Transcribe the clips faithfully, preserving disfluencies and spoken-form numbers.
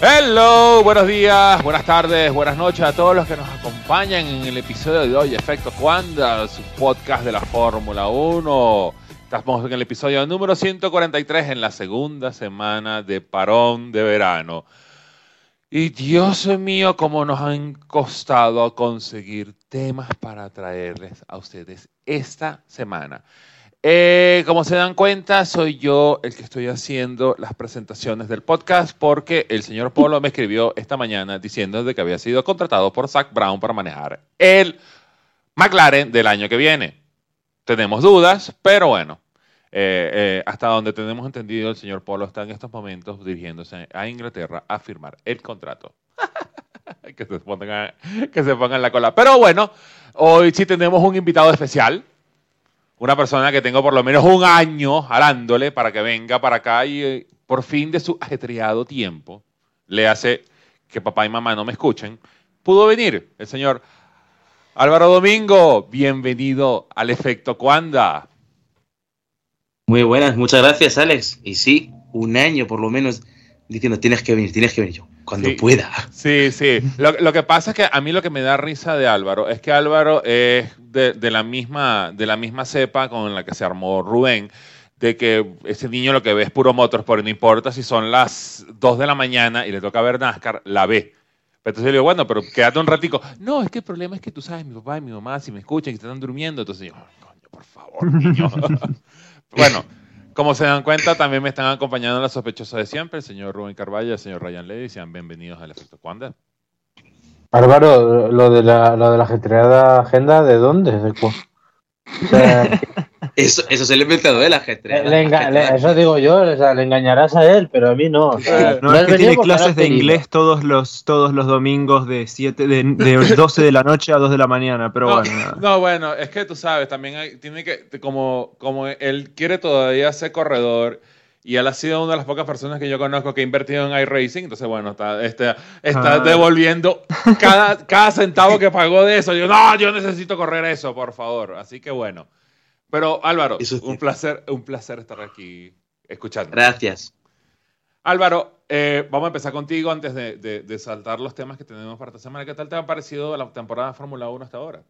Hello, buenos días, buenas tardes, buenas noches a todos los que nos acompañan en el episodio de hoy, Efecto Quanda, su podcast de la Fórmula uno. Estamos en el episodio número ciento cuarenta y tres en la segunda semana de parón de verano. Y Dios mío, cómo nos han costado conseguir temas para traerles a ustedes esta semana. Eh, como se dan cuenta, soy yo el que estoy haciendo las presentaciones del podcast porque el señor Polo me escribió esta mañana diciendo de que había sido contratado por Zak Brown para manejar el McLaren del año que viene. Tenemos dudas, pero bueno, eh, eh, hasta donde tenemos entendido, el señor Polo está en estos momentos dirigiéndose a Inglaterra a firmar el contrato. que, se pongan, que se pongan la cola. Pero bueno, hoy sí tenemos un invitado especial. Una persona que tengo por lo menos un año jalándole para que venga para acá y eh, por fin de su ajetreado tiempo, le hace que papá y mamá no me escuchen, pudo venir el señor Álvaro Domingo. Bienvenido al Efecto Quanda. Muy buenas, muchas gracias, Alex. Y sí, un año por lo menos diciendo tienes que venir, tienes que venir yo, cuando sí, pueda. Sí, sí. Lo, lo que pasa es que a mí lo que me da risa de Álvaro es que Álvaro es de, de, la misma, de la misma cepa con la que se armó Rubén, de que ese niño lo que ve es puro motorsport, no importa si son las dos de la mañana y le toca ver NASCAR, la ve. Entonces yo le digo, bueno, pero quédate un ratico. No, es que el problema es que tú sabes, mi papá y mi mamá, si me escuchan y están durmiendo, entonces yo, coño, por favor, niño. Bueno, como se dan cuenta, también me están acompañando los sospechosos de siempre, el señor Rubén Carvalho y el señor Ryan Levy. Sean bienvenidos al Efecto Quanda. Álvaro, lo de la, lo de la ajetreada agenda, ¿de dónde? ¿De cu- o sea, Eso, eso se lo he inventado él, la ajetreada. le enga- le- eso digo yo, o sea, le engañarás a él, pero a mí no. O sea, No, has es que venido tiene porque clases has de querido. inglés todos los, todos los domingos de, siete, de, de doce de la noche a dos de la mañana, pero No, bueno. nada. no, bueno, es que tú sabes, también hay, tiene que, como, como él quiere todavía ser corredor y él ha sido una de las pocas personas que yo conozco que ha invertido en iRacing, entonces bueno, está, está, está Ah. devolviendo cada, cada centavo que pagó de eso. Yo, no, yo necesito correr eso, por favor. Así que bueno. Pero Álvaro, Eso es un placer, un placer estar aquí escuchando. Gracias. Álvaro, eh, vamos a empezar contigo antes de, de, de saltar los temas que tenemos para esta semana. ¿Qué tal te ha parecido la temporada de Fórmula uno hasta ahora?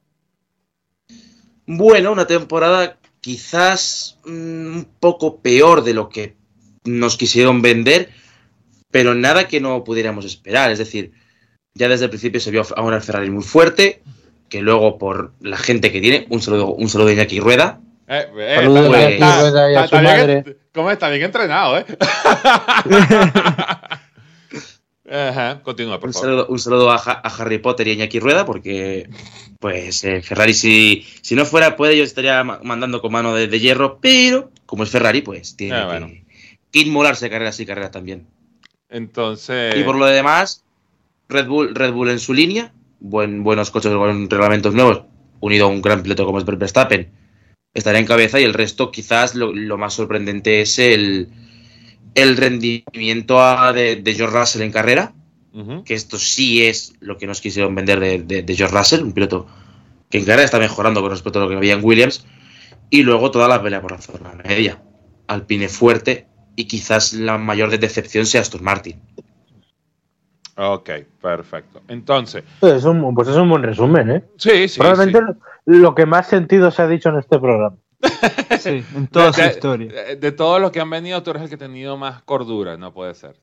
Bueno, una temporada quizás mm, un poco peor de lo que nos quisieron vender, pero nada que no pudiéramos esperar. Es decir, ya desde el principio se vio a una Ferrari muy fuerte, que luego por la gente que tiene, un saludo, un saludo de Iñaki Rueda. Eh, eh, Saludos Pues, a Iñaki Rueda y a su bien, madre. ¿cómo está? Bien entrenado, ¿eh? Ajá, continúa, por Un favor. saludo, un saludo a, a Harry Potter y a Iñaki Rueda, porque pues eh, Ferrari, si, si no fuera puede, yo estaría ma- mandando con mano de, de hierro, pero como es Ferrari, pues tiene Ah, bueno. que, que inmolarse carreras y carreras también. Entonces, Y por lo demás, Red Bull, Red Bull en su línea, buen, buenos coches con reglamentos nuevos, unido a un gran piloto como es Verstappen, estará en cabeza, y el resto quizás lo, lo más sorprendente es el, el rendimiento a- de, de George Russell en carrera, ujú. que esto sí es lo que nos quisieron vender de, de, de George Russell, un piloto que en carrera está mejorando con respecto a lo que había en Williams, y luego toda la pelea por la zona media, Alpine fuerte, y quizás la mayor decepción sea Aston Martin. Ok, perfecto. Entonces, Pues es, un, pues es un buen resumen, ¿eh? sí, sí, Probablemente sí. lo, lo que más sentido se ha dicho en este programa. Sí, en toda de, su de- historia. De, de todos los que han venido, tú eres el que ha tenido más cordura, no puede ser.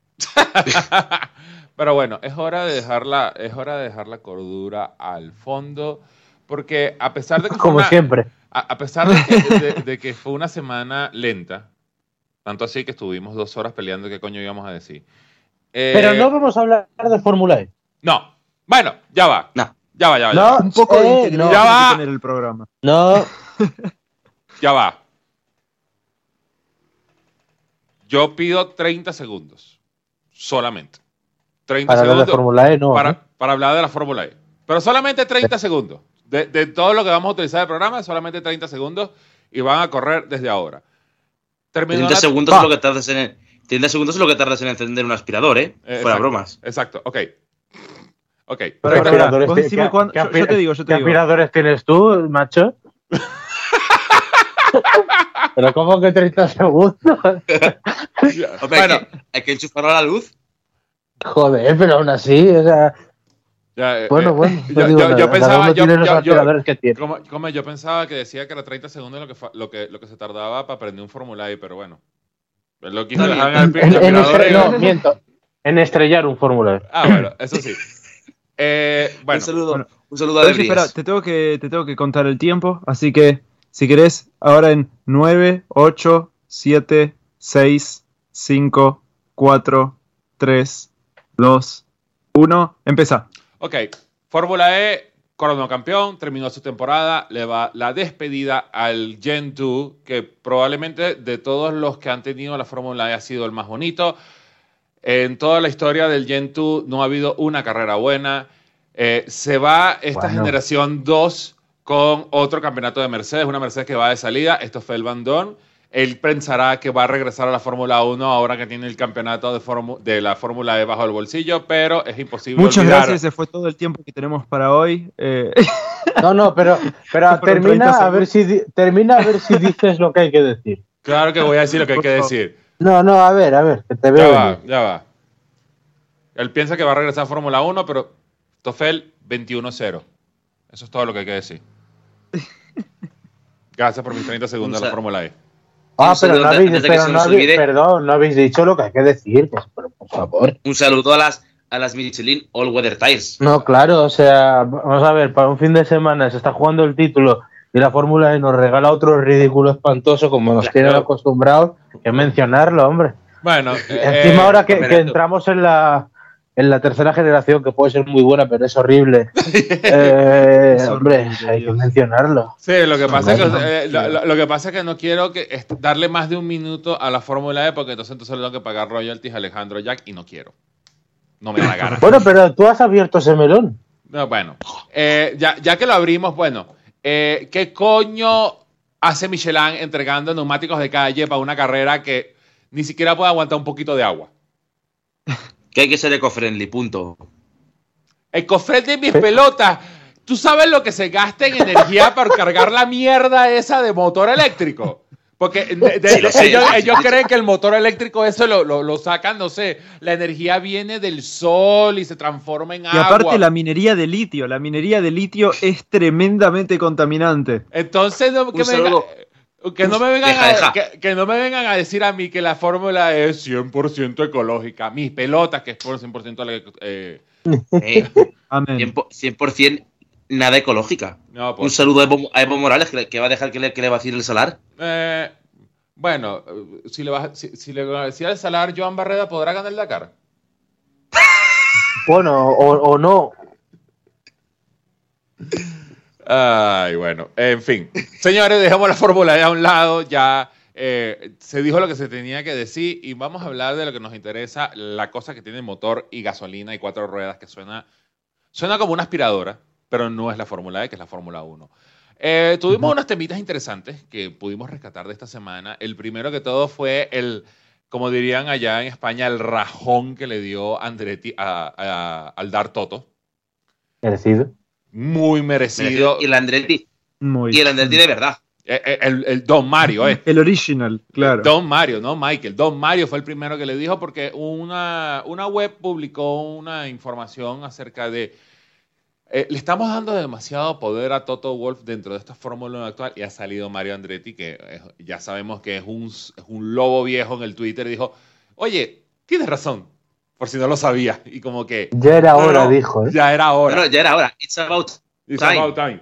Pero bueno, es hora de dejar la, es hora de dejar la cordura al fondo, porque a pesar de que fue Como una, siempre. a, a pesar de que, de- de que fue una semana lenta, tanto así que estuvimos dos horas peleando qué coño íbamos a decir. Eh, Pero no vamos a hablar de Fórmula E. No, bueno, ya va. No. Ya va, ya va. Ya No. va. Un poco de eh, integridad no. tiene Ya va. que tener el programa. No, Ya va. Yo pido treinta segundos. Solamente. treinta para hablar de segundos Fórmula E no. para, ¿eh? para hablar de la Fórmula E. Pero solamente treinta segundos. De, de todo lo que vamos a utilizar el programa, solamente treinta segundos y van a correr desde ahora. Terminó treinta la- segundos ¡Ah! es lo que tardas en treinta segundos es lo que tardas en encender un aspirador, ¿eh? Eh, Fuera exacto, bromas. Exacto, ok. Ok. ¿Qué Pero, pero, aspiradores vos ti- decime qué- cuándo- qué yo- yo aspira- te digo, yo te ¿Qué digo. aspiradores tienes tú, macho? Pero ¿cómo que treinta segundos? Hombre, Bueno, hay, que, hay que enchufarlo a la luz. Joder, pero aún así, o sea... Ya, eh, Bueno, eh, bueno, yo, digo yo- nada, yo cada pensaba, uno yo, tiene los yo- yo- aceleradores que tiene. como, como yo pensaba que decía que era treinta segundos lo que, fa- lo que, lo que se tardaba para aprender un formulario, pero bueno. Él lo quiso Está dejar bien. en el, pi- En, el en aspirador estre- y- no, miento. En estrellar un Fórmula. Ah, bueno, eso sí. Eh, bueno, un saludo, bueno. un saludo a Oye, Debrías. espera, te tengo, que, te tengo que contar el tiempo, así que si querés, ahora en nueve, ocho, siete, seis, cinco, cuatro, tres, dos, uno, empieza. ok. Fórmula E, coronó campeón, terminó su temporada, le va la despedida al Gen dos, que probablemente de todos los que han tenido la Fórmula E ha sido el más bonito. En toda la historia del Gen dos no ha habido una carrera buena. Eh, se va esta Bueno. generación dos con otro campeonato de Mercedes, una Mercedes que va de salida. Esto fue el Bandón. Él pensará que va a regresar a la Fórmula uno ahora que tiene el campeonato de, formu- de la Fórmula E bajo el bolsillo, pero es imposible Muchas olvidar. gracias, ese fue todo el tiempo que tenemos para hoy. Eh, No, no, pero, pero Fueron treinta termina, a segundos. ver si di- termina a ver si dices lo que hay que decir. Claro que voy a decir lo que hay que Por favor. decir. No, no, a ver, a ver, que te Ya veo. va, venir. ya va. Él piensa que va a regresar a Fórmula uno, pero Tofel veintiuno cero. Eso es todo lo que hay que decir. Gracias por mis treinta segundos de la Un sa- Fórmula E. Ah, Un pero saludo no antes- habéis, antes de que pero se no nos habéis- olvide. perdón, no habéis dicho lo que hay que decir, pues, pero, por favor. Un saludo a las, a las Michelin All Weather Tires. No, claro, o sea, vamos a ver, para un fin de semana se está jugando el título y la Fórmula E nos regala otro ridículo espantoso como nos Claro. tienen acostumbrados, que mencionarlo, hombre. Bueno, Encima eh, ahora que, que correcto. entramos en la en la tercera generación, que puede ser muy buena, pero es horrible. Eh, Es hombre, horrible, hay que Dios. mencionarlo. Sí, lo que pasa es que, Bueno, eh, lo, lo- lo que pasa es que no quiero que est- darle más de un minuto a la Fórmula E porque entonces, entonces le tengo que pagar royalties a Alejandro Jack y no quiero. No me da la gana. Bueno, pero tú has abierto ese melón. No, bueno, eh, ya, ya que lo abrimos, bueno, eh, ¿qué coño hace Michelin entregando neumáticos de calle para una carrera que ni siquiera puede aguantar un poquito de agua? Que hay que ser eco-friendly, punto. El cofre de mis pelotas. ¿Tú sabes lo que se gasta en energía para cargar la mierda esa de motor eléctrico? Porque de- de- Sí, lo sé. ellos, ellos creen que el motor eléctrico eso lo, lo, lo sacan, no sé, la energía viene del sol y se transforma en y agua. aparte la minería de litio, la minería de litio es tremendamente contaminante. Entonces, no, que, Un me venga- saludo. que no me vengan Deja, a, deja. Que, que no me vengan a decir a mí que la fórmula es cien por ciento ecológica. Mis pelotas, que es por cien por ciento le- eh, Eh, Amén. cien por- cien por ciento nada ecológica. no, Un pues, saludo a Evo, a Evo Morales, que, le- que va a dejar que le, que le vacíe el salar. eh, bueno, eh, si le, vas, si, si le va a decir al salar, Joan Barreda podrá ganar el Dakar. Bueno, o, o no. Ay, bueno, en fin. Señores, dejemos la fórmula E a un lado. Ya eh, se dijo lo que se tenía que decir y vamos a hablar de lo que nos interesa, la cosa que tiene motor y gasolina y cuatro ruedas, que suena, suena como una aspiradora, pero no es la Fórmula E, que es la Fórmula uno. Eh, tuvimos Ujú. unos temitas interesantes que pudimos rescatar de esta semana. El primero que todo fue el, como dirían allá en España, el rajón que le dio Andretti a- a- al dar Toto. Merecido. Muy merecido. Y el Andretti. Muy Y el Andretti de verdad. Eh, eh, El, el Don Mario, ¿eh? El original, claro. Don Mario, no Michael. Don Mario fue el primero que le dijo porque una, una web publicó una información acerca de... eh, le estamos dando demasiado poder a Toto Wolff dentro de esta fórmula actual y ha salido Mario Andretti, que eh, ya sabemos que es un, es un lobo viejo en el Twitter y dijo, oye, tienes razón, por si no lo sabía. Y como que... Ya era no, hora, no, dijo. ¿eh? Ya era hora. Bueno, ya era hora. It's about It's time. about time.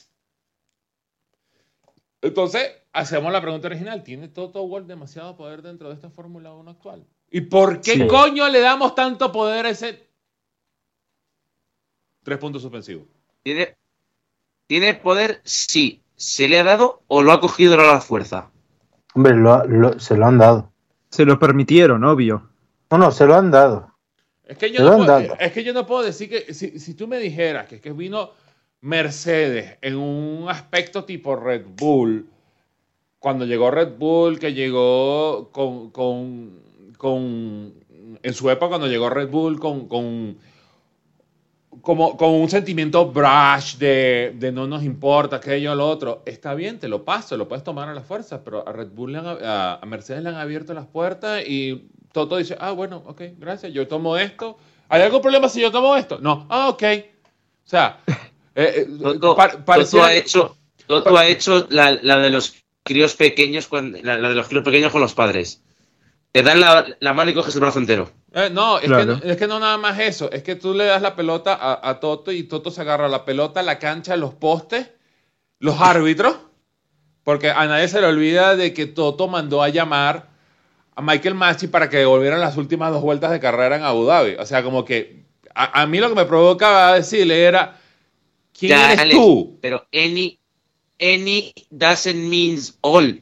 Entonces, hacemos la pregunta original. ¿Tiene Toto Wolff demasiado poder dentro de esta Fórmula uno actual? ¿Y por qué Sí. coño le damos tanto poder a ese... Tres puntos suspensivos. ¿Tiene, ¿Tiene poder? Sí. ¿Se le ha dado o lo ha cogido a la fuerza? Hombre, lo- lo- se lo han dado. Se lo permitieron, obvio. No, no, se lo han dado. Es que yo, Se no lo han puedo, dado. es que yo no puedo decir que... Si, si tú me dijeras que, que vino Mercedes en un aspecto tipo Red Bull, cuando llegó Red Bull, que llegó con... con, con en su época, cuando llegó Red Bull con... con como, con un sentimiento brush de, de no nos importa aquello o lo otro, está bien, te lo paso, lo puedes tomar a la fuerza, pero a Red Bull, le han- a, a Mercedes le han abierto las puertas y Toto dice, ah, bueno, ok, gracias, yo tomo esto. ¿Hay algún problema si yo tomo esto? No, ah, ok. O sea, eh, eh, Toto, pa- Toto ha que- hecho, Toto pa- ha hecho la, la de los críos pequeños, cuando, la, la de los críos pequeños con los padres. Te dan la, la mano y coges el brazo entero. Eh, no, es, Claro. que, es que no nada más eso, es que tú le das la pelota a, a Toto y Toto se agarra la pelota, la cancha, los postes, los árbitros, porque a nadie se le olvida de que Toto mandó a llamar a Michael Masi para que devolvieran las últimas dos vueltas de carrera en Abu Dhabi. O sea, como que a, a mí lo que me provocaba decirle era, ¿quién Ya, eres Alex, tú? Pero any, any doesn't means all.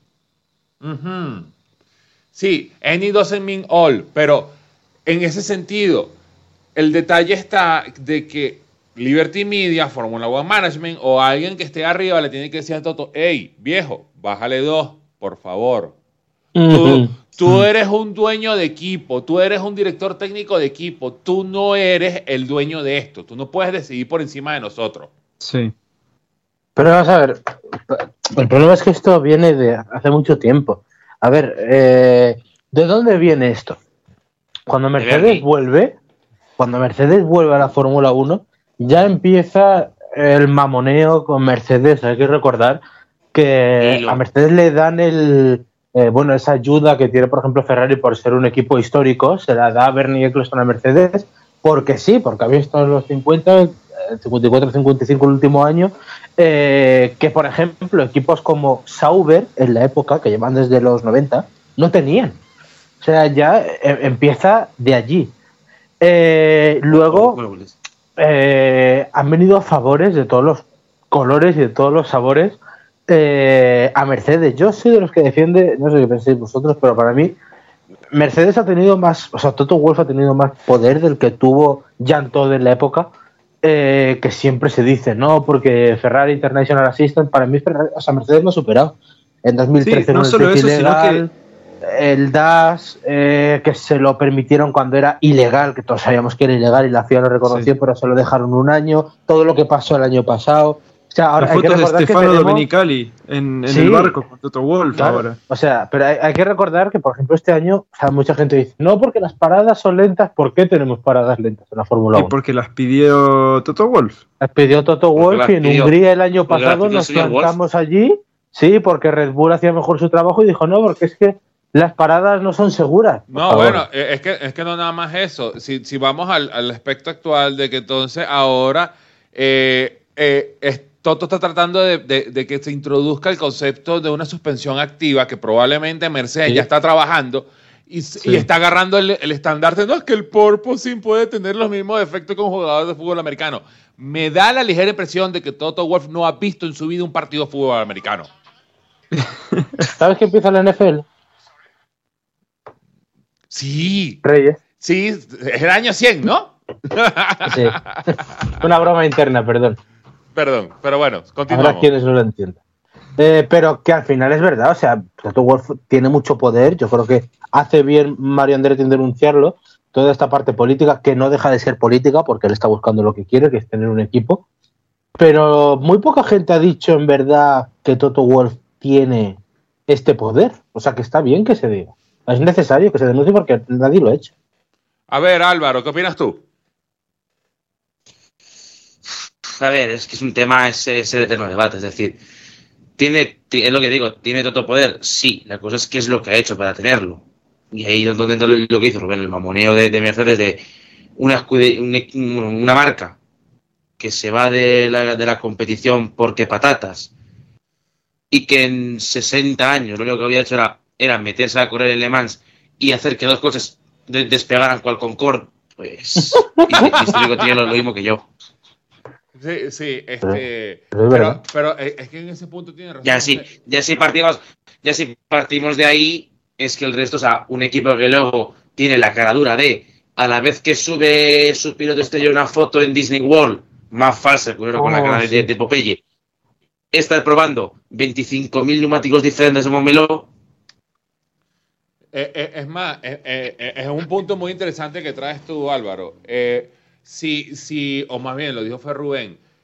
Ujú. Sí, any doesn't mean all, pero en ese sentido, el detalle está de que Liberty Media, Formula One Management o alguien que esté arriba le tiene que decir a Toto, hey, viejo, bájale dos, por favor. Tú, tú eres un dueño de equipo, tú eres un director técnico de equipo, tú no eres el dueño de esto, tú no puedes decidir por encima de nosotros. Sí. Pero vamos a ver, el problema es que esto viene de hace mucho tiempo. A ver, eh, ¿de dónde viene esto? Cuando Mercedes Bernie. vuelve, cuando Mercedes vuelve a la Fórmula uno, ya empieza el mamoneo con Mercedes. Hay que recordar que Dilo. a Mercedes le dan el, eh, bueno, esa ayuda que tiene, por ejemplo, Ferrari por ser un equipo histórico, se la da Bernie Eccleston a Mercedes, porque sí, porque había estado en los cincuenta, cincuenta y cuatro cincuenta y cinco el último año, eh, que por ejemplo equipos como Sauber en la época, que llevan desde los noventa, no tenían. O sea, ya eh, empieza de allí. Eh, luego Bueno, pues, eh, han venido favores de todos los colores y de todos los sabores eh, a Mercedes. Yo soy de los que defiende, no sé qué pensáis vosotros, pero para mí Mercedes ha tenido más, o sea, Toto Wolff ha tenido más poder del que tuvo Jean Todt en la época, eh, que siempre se dice, no, porque Ferrari International Assistant, para mí Ferrari, o sea, Mercedes lo ha superado. En dos mil trece Sí, no con el solo test eso, sino ilegal, el D A S, eh, que se lo permitieron cuando era ilegal, que todos sabíamos que era ilegal y la F I A lo reconoció, Sí. pero se lo dejaron un año, todo lo que pasó el año pasado. O sea, ahora Las hay que fotos de recordar que Stefano tenemos- Domenicali en, en Sí. el barco con Toto Wolff Claro, ahora. o sea, pero hay, hay que recordar que, por ejemplo, este año, o sea, mucha gente dice, no, porque las paradas son lentas. ¿Por qué tenemos paradas lentas en la Fórmula Y uno? porque las pidió Toto Wolff. Las pidió Toto Porque Wolff las y en pidió- Hungría el año porque las pasado pidió el nos señor Wolff. plantamos allí, sí, porque Red Bull hacía mejor su trabajo y dijo, no, porque es que las paradas no son seguras. Por No, favor. bueno, eh, es que, es que no nada más eso. Si, si vamos al, al aspecto actual de que entonces ahora eh, eh, es- Toto está tratando de, de- de que se introduzca el concepto de una suspensión activa que probablemente Mercedes Sí. ya está trabajando y, s- Sí. y está agarrando el, el estandarte. No, es que el porpoising puede tener los mismos efectos que un jugador de fútbol americano. Me da la ligera impresión de que Toto Wolff no ha visto en su vida un partido de fútbol americano. ¿Sabes que empieza la N F L? Sí, Reyes. sí, es el año cien, ¿no? Sí. Una broma interna, perdón. Perdón, pero bueno, Habrá continuamos. quienes no lo entiendan. Eh, pero que al final es verdad, o sea, Toto Wolff tiene mucho poder. Yo creo que hace bien Mario Andretti en denunciarlo. Toda esta parte política, que no deja de ser política, porque él está buscando lo que quiere, que es tener un equipo. Pero muy poca gente ha dicho en verdad que Toto Wolff tiene este poder. O sea, que está bien que se diga. Es necesario que se denuncie porque nadie lo ha hecho. A ver, Álvaro, ¿qué opinas tú? a ver, es que es un tema ese, ese eterno debate. Es decir, tiene, es lo que digo, ¿tiene todo poder? Sí, la cosa es qué es lo que ha hecho para tenerlo. Y ahí es donde entra lo que hizo Rubén, el mamoneo de, de Mercedes, de una, escude, una, una marca que se va de la, de la competición porque patatas, y que en sesenta años lo único que había hecho era, era meterse a correr en Le Mans y hacer que dos cosas de, despegaran cual Concorde, pues y histórico tiene lo, lo mismo que yo. Sí, sí, este, Pero es pero, verdad. pero es que en ese punto tiene razón. Ya si, ya si partimos, ya si partimos de ahí, es que el resto, o sea, un equipo que luego tiene la caradura de, a la vez que sube su piloto estrella una foto en Disney World, más falsa, que con la Oh, cara de, sí. de Popeye, estar probando veinticinco mil neumáticos diferentes en Montmeló. Eh, eh, es más, eh, eh, eh, es un punto muy interesante que traes tú, Álvaro. Eh, si, si, o más bien, lo dijo fue Rubén,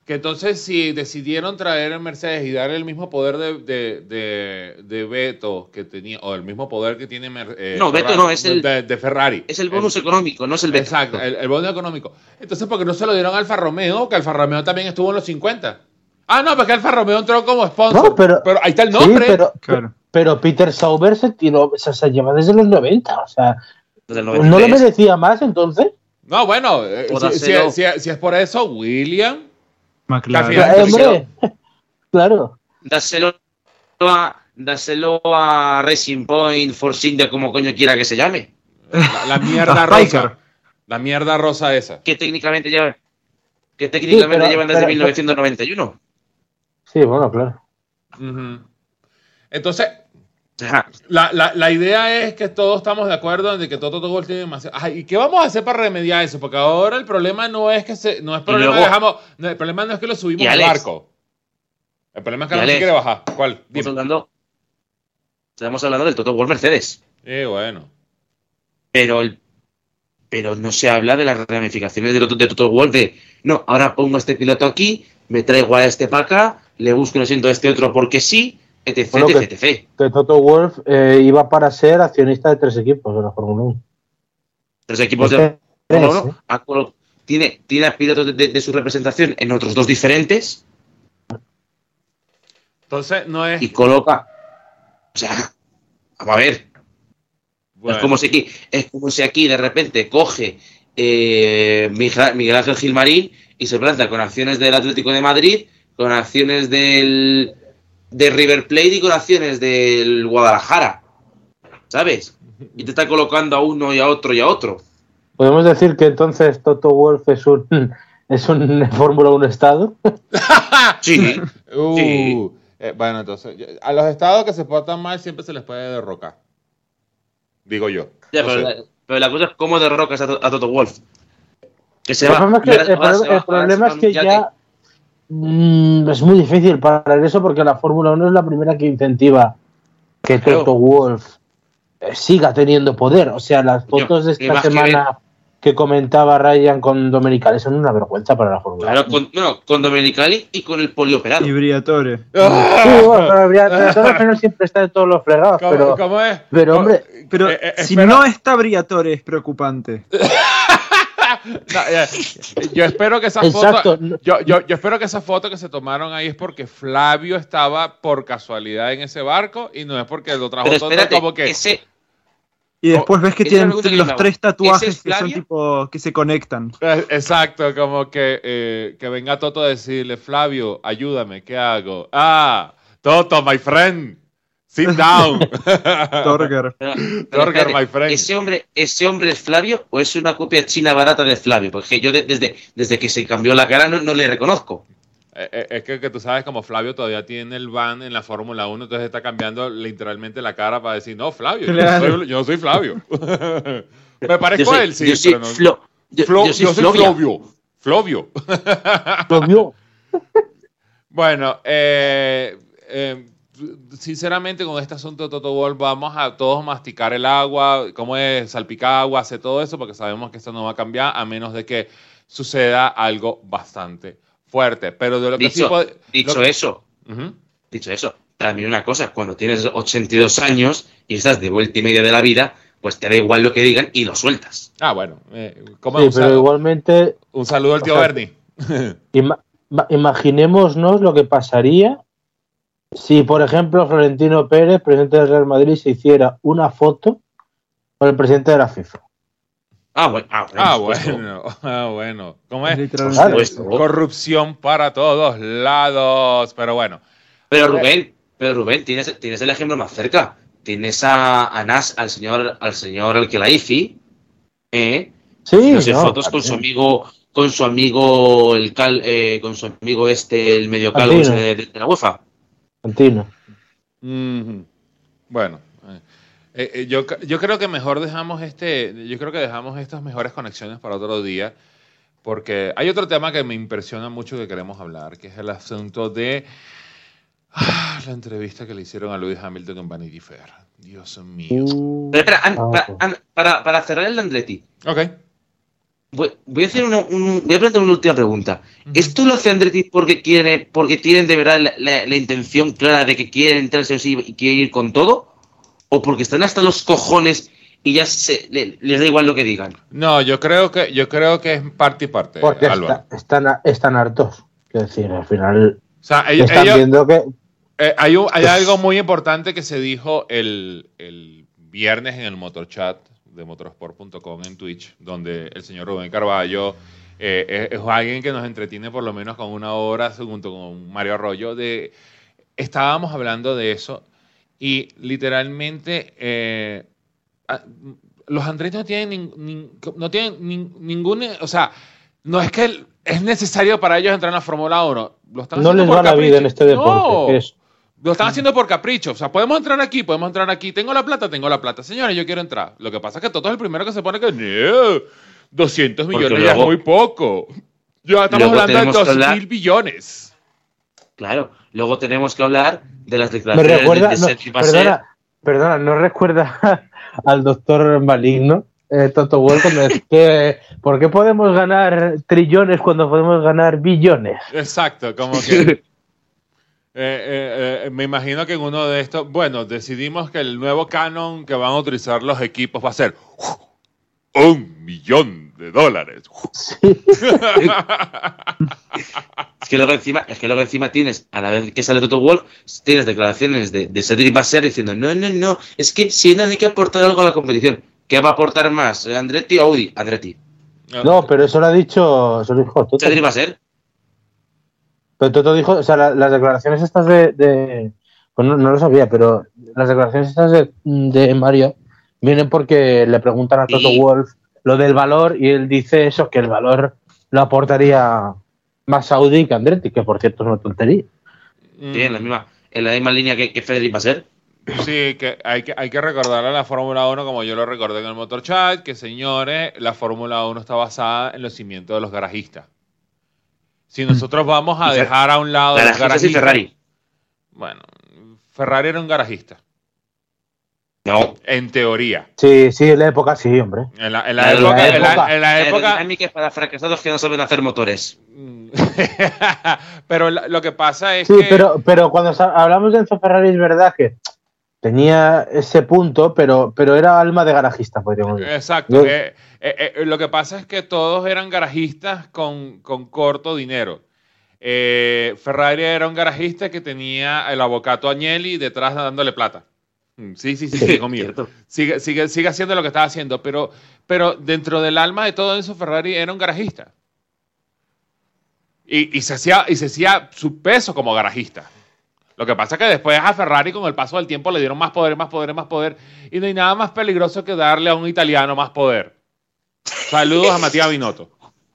que entonces si decidieron traer a Mercedes y darle el mismo poder de, de, de, de veto que tenía, o el mismo poder que tiene eh, no, veto no, es el de, de Ferrari. Es el bonus el, económico, no es el veto. Exacto, el, el bonus económico. Entonces, ¿por qué no se lo dieron a Alfa Romeo? Que Alfa Romeo también estuvo en los cincuenta. Ah, no, porque Alfa Romeo entró como sponsor. No, pero, pero ahí está el nombre. Sí, pero, claro. pero Peter Sauber se tiró, se, se lleva desde los noventa, o sea, ¿no lo merecía más entonces? No, bueno, si, si, si, si es por eso, William... McLaren. Claro, hombre, claro. Dáselo a, dáselo a Racing Point, Force India, como coño quiera que se llame. La, la mierda rosa. La mierda rosa esa. Que técnicamente llevan, que técnicamente sí, pero, llevan desde pero, mil novecientos noventa y uno. Sí, bueno, claro. Uh-huh. Entonces, la, la, la idea es que todos estamos de acuerdo en que Toto Wolff tiene demasiado. Ay, ¿y qué vamos a hacer para remediar eso? Porque ahora el problema no es que se, no es problema luego, dejamos, no, el problema no es que lo subimos al barco. El problema es que no se quiere bajar. ¿Cuál? Estamos hablando, estamos hablando del Toto Wolff Mercedes. Sí, bueno. Pero el, pero no se habla de las ramificaciones de, de Toto Wolff de no, ahora pongo a este piloto aquí, me traigo a este para acá, le busco y lo siento a este otro porque sí. Etc, bueno, etc, etc. Que, que Toto Wolff eh, iba para ser accionista de tres equipos de la Fórmula uno. Tres equipos de la Fórmula uno. Tiene, tiene pilotos de, de, de su representación en otros dos diferentes. Entonces, no es. Y coloca. O sea, vamos a ver. Bueno. Es, como si aquí, es como si aquí de repente coge eh, Miguel Ángel Gilmarín y se planta con acciones del Atlético de Madrid, con acciones del. de River Plate y con acciones del Guadalajara, ¿sabes? Y te está colocando a uno y a otro y a otro. ¿Podemos decir que entonces Toto Wolff es un es un Fórmula uno estado? Sí. uh, sí. Eh, bueno, entonces, a los estados que se portan mal siempre se les puede derrocar. Digo yo. Ya, no pero, la, pero la cosa es cómo derrocas a, a Toto Wolff. Que se el va. Problema es que, el, problema, el problema es que ya... ya mm, es muy difícil parar eso porque la Fórmula uno es la primera que incentiva que claro. Toto Wolff eh, siga teniendo poder. O sea, las fotos yo, de esta semana que, que comentaba Ryan con Domenicali son una vergüenza para la Fórmula claro, uno. Con, no, con Domenicali y con el polioperado. Y Briatore. Sí, bueno, pero Briatore no siempre está de todos los fregados. ¿Cómo, pero, ¿cómo es? pero hombre... Pero eh, eh, si espero... no está Briatore es preocupante. No, eh, yo espero que esa Exacto. foto yo, yo, yo espero que esa foto que se tomaron ahí es porque Flavio estaba por casualidad en ese barco y no es porque lo trajo todo como que ese... y después ves que tienen los tres tatuajes que son tipo que se conectan. Exacto, como que eh, que venga Toto a decirle Flavio, ayúdame, ¿qué hago? Ah, Toto, my friend. Sit down. Torger. Torger, my friend. ¿Ese hombre, ¿Ese hombre es Flavio o es una copia china barata de Flavio? Porque yo de, desde, desde que se cambió la cara no, no le reconozco. Eh, es que, que tú sabes como Flavio todavía tiene el ban en la Fórmula uno, entonces está cambiando literalmente la cara para decir, no, Flavio, claro. yo, soy, yo soy Flavio. Me parezco a él, sí. Yo soy, pero no. Flo, yo, Flo, yo soy, yo soy Flavio. Flavio. Flavio. Bueno, eh... eh sinceramente con este asunto de Toto Wolff vamos a todos masticar el agua, cómo es salpicar agua, hacer todo eso, porque sabemos que esto no va a cambiar a menos de que suceda algo bastante fuerte. Pero de lo dicho, que sí puede, dicho lo... eso, uh-huh. dicho eso, también una cosa, cuando tienes ochenta y dos años y estás de vuelta y media de la vida, pues te da igual lo que digan y lo sueltas. Ah, bueno, eh, como sí, un pero saludo, igualmente un saludo al tío o sea, Bernie. Ima- imaginémonos lo que pasaría si, por ejemplo, Florentino Pérez, presidente del Real Madrid, se hiciera una foto con el presidente de la FIFA. Ah, bueno. Ah, bueno. Ah, bueno. Ah, bueno. ¿Cómo es? Claro. Corrupción para todos lados. Pero bueno. Pero Rubén, pero Rubén, tienes, tienes el ejemplo más cerca. Tienes a, a Nas, al señor, al señor Al-Khelaifi, ¿eh? Sí. No sé, no, fotos con su amigo, con su amigo, el cal, eh, con su amigo este, el medio calvo de, de, de la UEFA. Antino. Mm-hmm. Bueno, eh, eh, yo, yo creo que mejor dejamos este, yo creo que dejamos estas mejores conexiones para otro día, porque hay otro tema que me impresiona mucho que queremos hablar, que es el asunto de ah, la entrevista que le hicieron a Lewis Hamilton en Vanity Fair. Dios mío. Uh, Pero espera, an, para, an, para, para cerrar el Andretti. Ok. voy, voy a hacer una, un, voy a plantear una última pregunta. Ujú. ¿Esto lo hace Andretti porque quiere, porque tienen de verdad la, la, la intención clara de que quieren entrarse así y quieren ir con todo? ¿O porque están hasta los cojones y ya se, le, les da igual lo que digan? No, yo creo que yo creo que es parte y parte, Porque Álvaro. está- están, están hartos. Es decir, al final O sea, ellos, están ellos- viendo que. eh, hay, un- hay algo muy importante que se dijo el, el viernes en el motorchat de motorsport punto com en Twitch, donde el señor Rubén Carballo eh, es, es alguien que nos entretiene por lo menos con una hora junto con Mario Arroyo. De, estábamos hablando de eso y literalmente eh, a- los Andretti no tienen, nin- nin- no tienen nin- ningún, o sea, no es que el- es necesario para ellos entrar en la Fórmula uno. Lo están No haciendo les por va la capricho. vida en este deporte. No. Es- Lo están haciendo por capricho. O sea, podemos entrar aquí, podemos entrar aquí. Tengo la plata, tengo la plata. Señores, yo quiero entrar. Lo que pasa es que Toto es el primero que se pone que no, doscientos millones Porque ya es luego- muy poco. Ya estamos luego hablando de tenemos que dos hablar- mil billones. Claro, luego tenemos que hablar de las Me declaraciones recuerda. de, de no, Sergi Basset. perdona, perdona, ¿no recuerda al doctor Maligno? Eh, Toto Wolff, cuando decía que ¿por qué podemos ganar trillones cuando podemos ganar billones? Exacto, como que... Eh, eh, eh, me imagino que en uno de estos, bueno, decidimos que el nuevo canon que van a utilizar los equipos va a ser uh, un millón de dólares. Es que luego encima, es que luego encima tienes, a la vez que sale Toto Wolff, tienes declaraciones de, de Cedric Basset diciendo, no, no, no, es que si hay que aportar algo a la competición. ¿Qué va a aportar más? ¿Andretti o Audi? Andretti. No, pero eso lo ha dicho. Eso lo dijo Toto. Cedric Basset. Pero Toto dijo, o sea, la- las declaraciones estas de, de- pues no, no lo sabía, pero las declaraciones estas de, de Mario vienen porque le preguntan a Toto Sí. Wolff lo del valor y él dice eso, que el valor lo aportaría más Audi que Andretti, que por cierto es una tontería. Mm, Sí, en la misma, en la misma línea que, que Cedric Basset. sí, que hay que, hay que recordarle a la Fórmula uno, como yo lo recordé en el Motor Chat, que señores, la Fórmula uno está basada en los cimientos de los garajistas. Si nosotros vamos a Y Fer- dejar a un lado los Garajistas y garajistas... Ferrari. Bueno, Ferrari era un garajista, No. en teoría. Sí, sí, en la época sí, hombre. En la, en la La época... En la, época- en la época Aerodinámica es para fracasados que no saben hacer motores. Mm. Pero la- lo que pasa es Sí, que... pero, pero cuando sa- hablamos de Enzo Ferrari es verdad que tenía ese punto, pero, pero era alma de garajista, podríamos decir. Exacto. Yo- Eh, eh, eh, lo que pasa es que todos eran garajistas con, con corto dinero. Eh, Ferrari era un garajista que tenía el avocato Agnelli detrás dándole plata. Mm, Sí, sí, sí, sí, hijo mío. Cierto. Sigue, sigue, sigue haciendo lo que estaba haciendo, pero, pero dentro del alma de todo eso, Ferrari era un garajista. Y, y, se hacía, y se hacía su peso como garajista. Lo que pasa es que después a Ferrari con el paso del tiempo le dieron más poder, más poder, más poder. Y no hay nada más peligroso que darle a un italiano más poder. Saludos a Matías Binotto.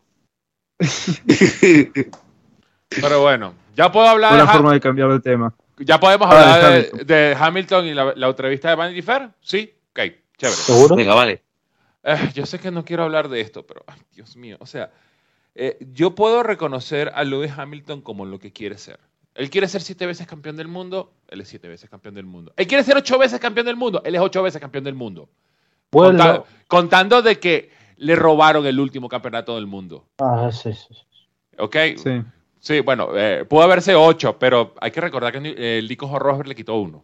Pero bueno, ya puedo hablar Buena de, forma de cambiar de tema. ya podemos Ah, de hablar de, Hamilton. de Hamilton y la, la entrevista de Vanity Fair. Sí, ok, chévere. ¿Seguro? Venga, vale. Eh, yo sé que no quiero hablar de esto, pero ay, Dios mío, o sea, eh, yo puedo reconocer a Lewis Hamilton como lo que quiere ser. Él quiere ser siete veces campeón del mundo, él es siete veces campeón del mundo. Él quiere ser ocho veces campeón del mundo, él es ocho veces campeón del mundo. Bueno, Conta- contando de que le robaron el último campeonato del mundo. ah, sí, sí, sí. ¿Ok? Sí. Sí, bueno, eh, pudo haberse ocho, pero hay que recordar que eh, el Nico Rosberg le quitó uno.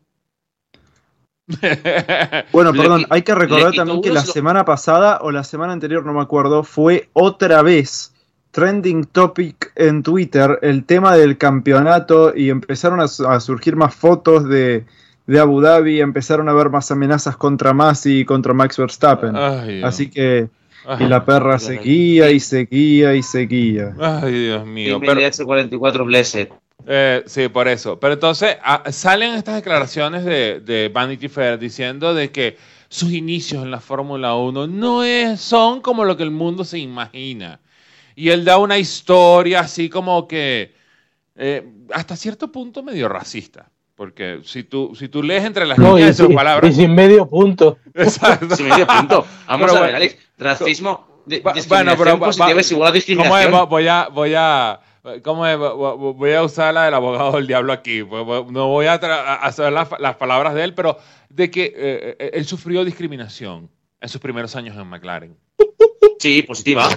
Bueno, Le perdón, qui- hay que le recordar quitó también que uno, la se lo- semana pasada o la semana anterior, no me acuerdo, fue otra vez trending topic en Twitter el tema del campeonato y empezaron a, su- a surgir más fotos de, de Abu Dhabi, empezaron a haber más amenazas contra Masi y contra Max Verstappen. Ay, Dios. Así que Ay, y la perra seguía y seguía y seguía. ay, Dios mío. Team Pero, H cuarenta y cuatro Blessed. eh, sí, por eso. Pero entonces ah, salen estas declaraciones de, de Vanity Fair diciendo de que sus inicios en la Fórmula uno no es, son como lo que el mundo se imagina. Y él da una historia así como que eh, hasta cierto punto medio racista. Porque si tú, si tú lees entre las No, líneas y, de sus sin- palabras... y sin medio punto. Exacto. Sí, medio punto. Vamos Pero a ver, bueno. Alex. Racismo, de, Va- discriminación bueno, pero va- positiva va- es igual a ¿Cómo es? discriminación. Vo- Voy a, voy a, ¿cómo es? Vo- vo- voy a usar la del abogado del diablo aquí. Vo- vo- No voy a, tra- a hacer las, las palabras de él, pero de que eh, eh, él sufrió discriminación en sus primeros años en McLaren. Sí, positiva.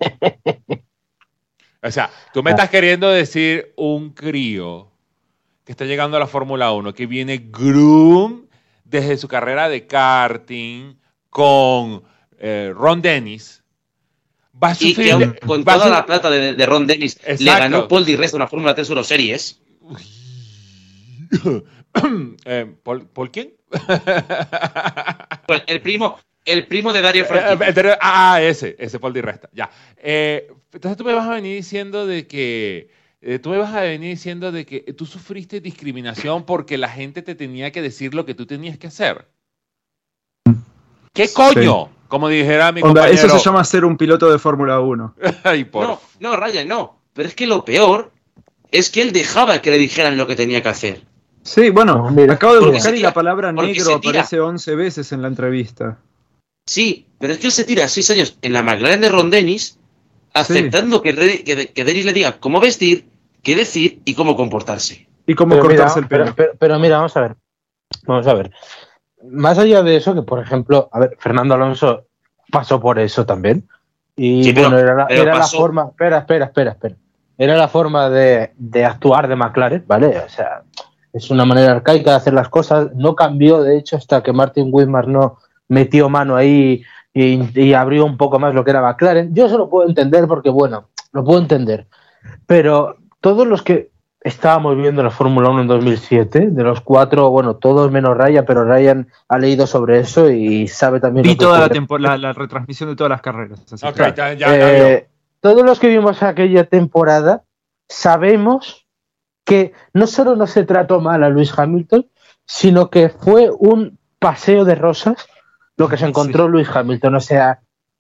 O sea, tú me estás queriendo decir un crío que está llegando a la Fórmula uno, que viene groom desde su carrera de karting con eh, Ron Dennis, va a Y sufrir... que aún con va a toda su- la plata de, de Ron Dennis le Exacto. ganó Paul Di Resta una Fórmula tres Euro Series. eh, ¿Paul, ¿Paul quién? Pues el primo, el primo de Dario Eh, Franchitti. eh, ah, ese, ese Paul Di Resta, ya. Eh, entonces tú me vas a venir diciendo de que, eh, tú me vas a venir diciendo de que tú sufriste discriminación porque la gente te tenía que decir lo que tú tenías que hacer. ¿Qué coño? Como dijera mi Onda, compañero. eso se llama ser un piloto de Fórmula uno. Ay, por... No, no, Ryan, no. Pero es que lo peor es que él dejaba que le dijeran lo que tenía que hacer. Sí, bueno, No, mira, acabo de porque buscar se y tira, la palabra porque negro se tira. aparece once veces en la entrevista. Sí, pero es que él se tira seis años en la McLaren de Ron Dennis aceptando que, Re- que, que Dennis le diga cómo vestir, qué decir y cómo comportarse. Y cómo Pero mira, cortarse el pelo. pero, pero- pero mira, vamos a ver. Vamos a ver. Más allá de eso, que por ejemplo, a ver, Fernando Alonso pasó por eso también. Y Sí, pero- bueno, era, la- pero era la pasó- forma. Espera, espera, espera, espera. Era la forma de, de actuar de McLaren, ¿vale? O sea, es una manera arcaica de hacer las cosas. No cambió, de hecho, hasta que Martin Whitmar no metió mano ahí y, y abrió un poco más lo que era McLaren. Yo eso lo puedo entender porque, bueno, lo puedo entender. Pero todos los que estábamos viendo la Fórmula uno en dos mil siete, de los cuatro, bueno, todos menos Ryan, pero Ryan ha leído sobre eso y sabe también... Vi lo que toda la, ocurre. tempo- la, la retransmisión de todas las carreras. así Ok, que- ya, ya, ya Eh, vio. todos los que vimos aquella temporada sabemos que no solo no se trató mal a Lewis Hamilton, sino que fue un paseo de rosas lo que se encontró Lewis Hamilton. O sea,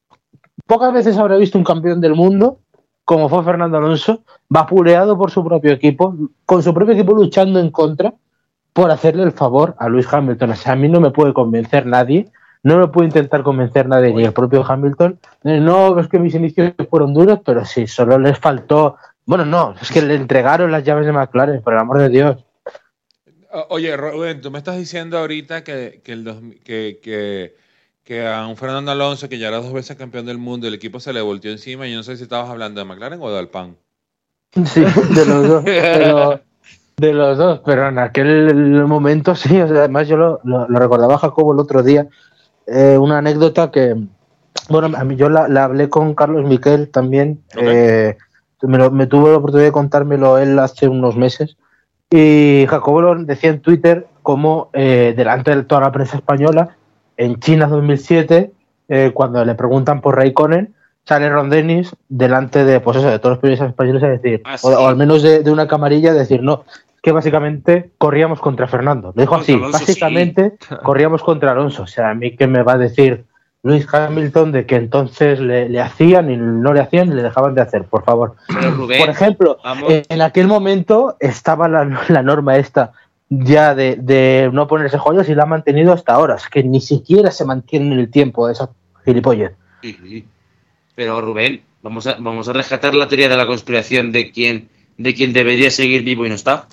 pocas veces habrá visto un campeón del mundo como fue Fernando Alonso, vapuleado por su propio equipo, con su propio equipo luchando en contra por hacerle el favor a Lewis Hamilton. O sea, a mí no me puede convencer nadie, no me puede intentar convencer nadie, ni el propio Hamilton. Eh, No, es que mis inicios fueron duros, pero sí, solo les faltó... Bueno, no, es que le entregaron las llaves de McLaren, por el amor de Dios. O- Oye, Rubén, tú me estás diciendo ahorita que, que, el dos mil que, que, que a un Fernando Alonso, que ya era dos veces campeón del mundo, el equipo se le volteó encima. Y yo no sé si estabas hablando de McLaren o de Alpine. Sí, de los dos. Pero, de los dos, pero en aquel momento sí. O sea, además, yo lo, lo, lo recordaba a Jacobo el otro día. Eh, una anécdota que, bueno, a mí yo la, la hablé con Carlos Miquel también. Ok. Eh, me, lo- me tuvo la oportunidad de contármelo él hace unos meses. Y Jacobo lo decía en Twitter como eh, delante de toda la prensa española, en China dos mil siete, eh, cuando le preguntan por Raikkonen, sale Ron Dennis delante de, pues eso, de todos los periodistas españoles a decir, Ah, o, sí. o al menos de, de una camarilla, a decir, no, que básicamente corríamos contra Fernando. Lo dijo Contra así, Alonso, básicamente corríamos contra Alonso. O sea, a mí que me va a decir Lewis Hamilton de que entonces le, le hacían y no le hacían y le dejaban de hacer, por favor. Pero Rubén, Por ejemplo, vamos. eh, en aquel momento estaba la, la norma esta ya de, de no ponerse joyas y la ha mantenido hasta ahora. Es que ni siquiera se mantiene en el tiempo esa gilipollez. Sí, sí. Pero Rubén, vamos a, vamos a rescatar la teoría de la conspiración de quien, de quien debería seguir vivo y no está.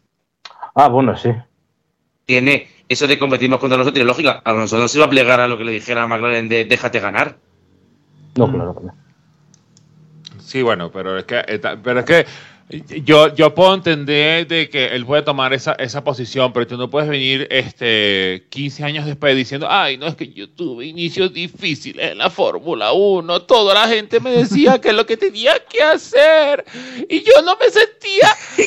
Ah, bueno, sí. Tiene eso de competimos contra nosotros, tiene lógica. Alonso no se va a plegar a lo que le dijera a McLaren de déjate ganar. No, claro que no. Sí, bueno, pero es que, eta- pero es que yo, yo puedo entender de que él puede tomar esa, esa posición, pero tú no puedes venir este quince años después diciendo, ay, no, es que yo tuve inicios difíciles en la Fórmula uno, toda la gente me decía que es lo que tenía que hacer y yo no me sentía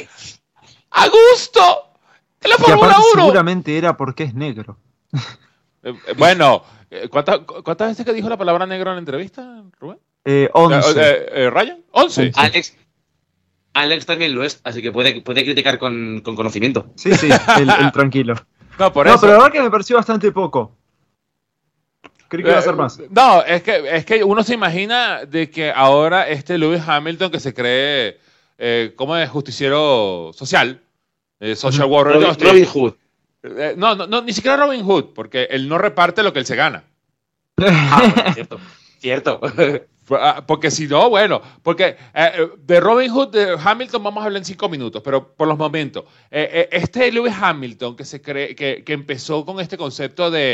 a gusto en la Y Fórmula aparte uno. seguramente era porque es negro. Eh, eh, bueno, eh, ¿cuántas, ¿cuántas veces que dijo la palabra negro en la entrevista, Rubén? Eh, Eh, once. eh, eh, ¿Ryan? ¿once? Alex, Alex también lo es, así que puede, puede criticar con, con conocimiento. Sí, sí, el, el tranquilo. No, por No, eso. pero la verdad que me pareció bastante poco. Creí que iba a ser más. Eh, No, es que, es que uno se imagina de que ahora este Lewis Hamilton que se cree eh, como es justiciero social, eh, social warrior Robin, justice. Robin Hood. Eh, no, no, no, ni siquiera Robin Hood, porque él no reparte lo que él se gana. Ah, bueno, cierto. Cierto. Ah, Porque si no, bueno, porque eh, de Robin Hood, de Hamilton vamos a hablar en cinco minutos, pero por los momentos. Eh, eh, este Lewis Hamilton que se cree, que, que empezó con este concepto de,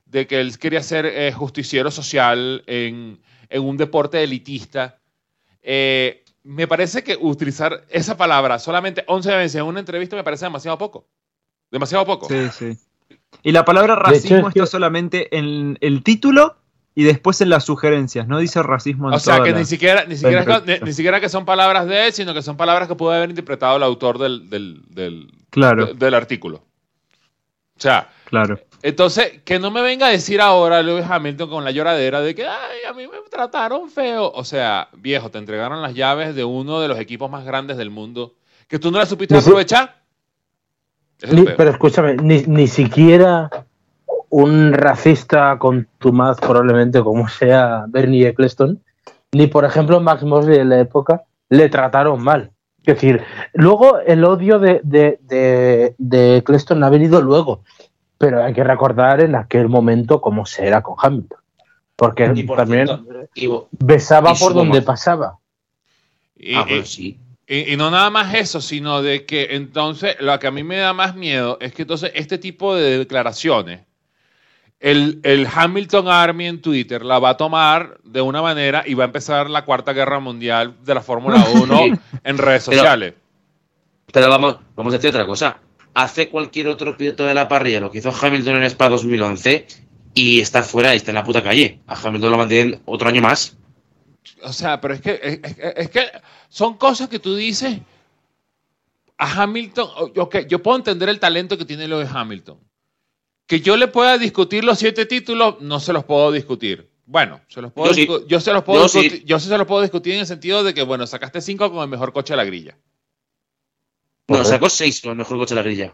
de que él quería ser eh, justiciero social en, en un deporte elitista. Eh, me parece que utilizar esa palabra solamente once veces en una entrevista me parece demasiado poco. Demasiado poco. Sí, sí. Y la palabra racismo hecho, es que- está solamente en el título y después en las sugerencias. No dice racismo en O sea, toda que la- ni siquiera, ni, siquiera, entrevista. ni, ni siquiera que son palabras de él, sino que son palabras que pudo haber interpretado el autor del, del, del, Claro. de- del artículo. O sea, Claro. entonces, que no me venga a decir ahora Lewis Hamilton con la lloradera de que, ay, a mí me trataron feo. O sea, viejo, te entregaron las llaves de uno de los equipos más grandes del mundo, que tú no las supiste Ni si- aprovechar. Eso Ni- es feo. pero escúchame, ni, ni siquiera un racista contumaz, probablemente como sea Bernie Eccleston, ni por ejemplo Max Mosley en la época, le trataron mal. Es decir, luego el odio de, de, de, de Eccleston ha venido luego, pero hay que recordar en aquel momento cómo se era con Hamilton. Porque Y por también cierto, y vo- besaba y por su donde mamá. pasaba. Y, ah, y- bueno, sí. y- y no nada más eso, sino de que entonces lo que a mí me da más miedo es que entonces este tipo de declaraciones, el, el Hamilton Army en Twitter la va a tomar de una manera y va a empezar la cuarta guerra mundial de la Fórmula uno Sí. en redes Pero- sociales. Pero vamos, vamos a decir otra cosa. Hace cualquier otro piloto de la parrilla lo que hizo Hamilton en Spa dos mil once y está fuera y está en la puta calle. A Hamilton lo mantienen otro año más. O sea, pero es que, es, es- es que son cosas que tú dices a Hamilton. Ok, yo puedo entender el talento que tiene Lewis Hamilton. Que yo le pueda discutir los siete títulos, no se los puedo discutir. Bueno, se los puedo Yo sí. discu- yo se los puedo Yo sí. discutir, yo sí se los puedo discutir en el sentido de que, bueno, sacaste cinco con el mejor coche de la grilla. No, Joder. sacó seis con el mejor coche de la grilla.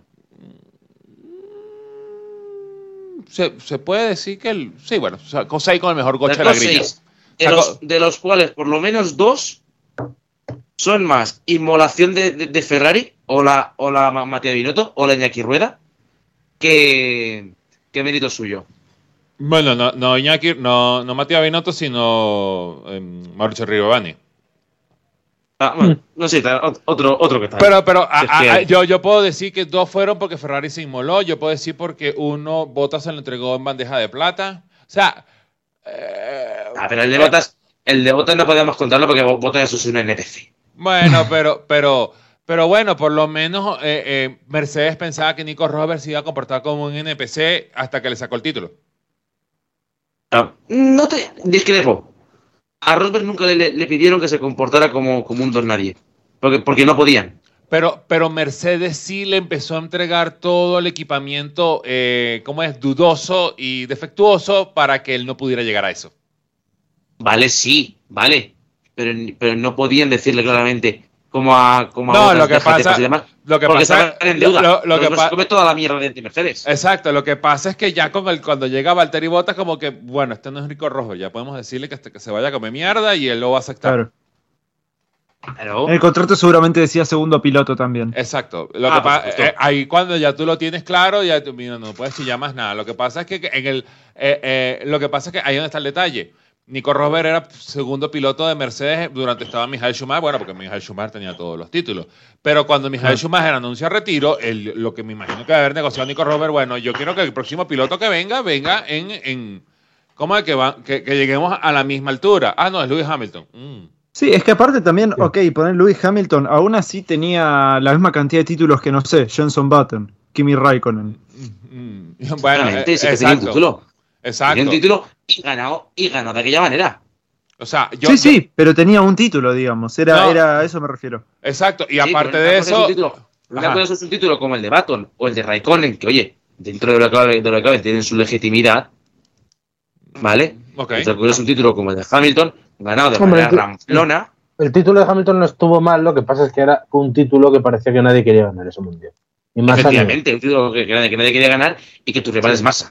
Se, se puede decir que el. Sí, bueno, sacó seis con el mejor coche de Sacó la grilla. seis, de Sacó- los, de los cuales por lo menos dos son más inmolación de, de- de Ferrari o la, o la Ma- Matías Binotto o la Iñaki Rueda que, que mérito suyo. Bueno, no, no Iñaki, no, no Matías Binotto, sino eh, Mauricio Rigovani. Ah, bueno, no sé, ta- ot- otro, otro que tal. Pero, pero a- Es a- que- a- yo, yo puedo decir que dos fueron porque Ferrari se inmoló. Yo puedo decir porque uno, Bottas se lo entregó en bandeja de plata. O sea. eh, Ah, pero el de Bottas, el de Bottas no podemos contarlo porque Bottas es un N P C. Bueno, pero, pero, pero bueno, por lo menos eh, eh, Mercedes pensaba que Nico Rosberg se iba a comportar como un N P C hasta que le sacó el título. Ah, no te discrepo. A Rosberg nunca le, le- le pidieron que se comportara como, como un don nadie. Porque, porque no podían. Pero, pero Mercedes sí le empezó a entregar todo el equipamiento, eh, ¿cómo es? Dudoso y defectuoso para que él no pudiera llegar a eso. Vale, sí, vale. Pero, pero no podían decirle claramente como a, como a No, otras lo que D G T pasa- y demás, Lo que porque pasa, estaban en deuda. lo, lo que Los- los pa- come toda la mierda de Mercedes. Exacto, lo que pasa es que ya con el, cuando llega Valtteri Bottas, como que, bueno, este no es Nico Rosberg, ya podemos decirle que, hasta que se vaya a comer mierda y él lo va a aceptar. Claro. Claro. El contrato seguramente decía segundo piloto también. Exacto. Lo Ah, que por pa- supuesto. eh, ahí cuando ya tú lo tienes claro, ya tú, mira, no puedes chillar más nada. Lo que pasa es que en el, eh, eh, lo que pasa es que ahí donde está el detalle. Nico Rosberg era segundo piloto de Mercedes durante estaba Michael Schumacher, bueno, porque Michael Schumacher tenía todos los títulos. Pero cuando Michael Claro. Schumacher anuncia retiro, él, lo que me imagino que debe haber negociado Nico Rosberg, bueno, yo quiero que el próximo piloto que venga, venga en, en ¿cómo es que va? Que, que lleguemos a la misma altura. Ah, no, es Lewis Hamilton. Mm. Sí, es que aparte también, Sí. ok, poner Lewis Hamilton, aún así tenía la misma cantidad de títulos que, no sé, Jenson Button, Kimi Raikkonen. Mm. Bueno, Claramente, eh, sí que tenía un exacto. título. Exacto. Tenía un título y ganado, y ganado de aquella manera. O sea, yo, sí, yo- sí, pero tenía un título, digamos, era, No. era a eso me refiero. exacto. Y Sí, aparte pero de una cosa es un eso, título- Una Ajá. cosa es un título como el de Button o el de Raikkonen, que oye, dentro de lo que cabe, de lo que cabe tienen su legitimidad, ¿vale? ok. Otra cosa es un título como el de Hamilton, ganado de Hombre, manera tú- ramplona. El título de Hamilton no estuvo mal, lo que pasa es que era un título que parecía que nadie quería ganar ese mundial. Y más a nivel. Efectivamente, un título que, que nadie, que nadie quería ganar y que tu rival es Massa.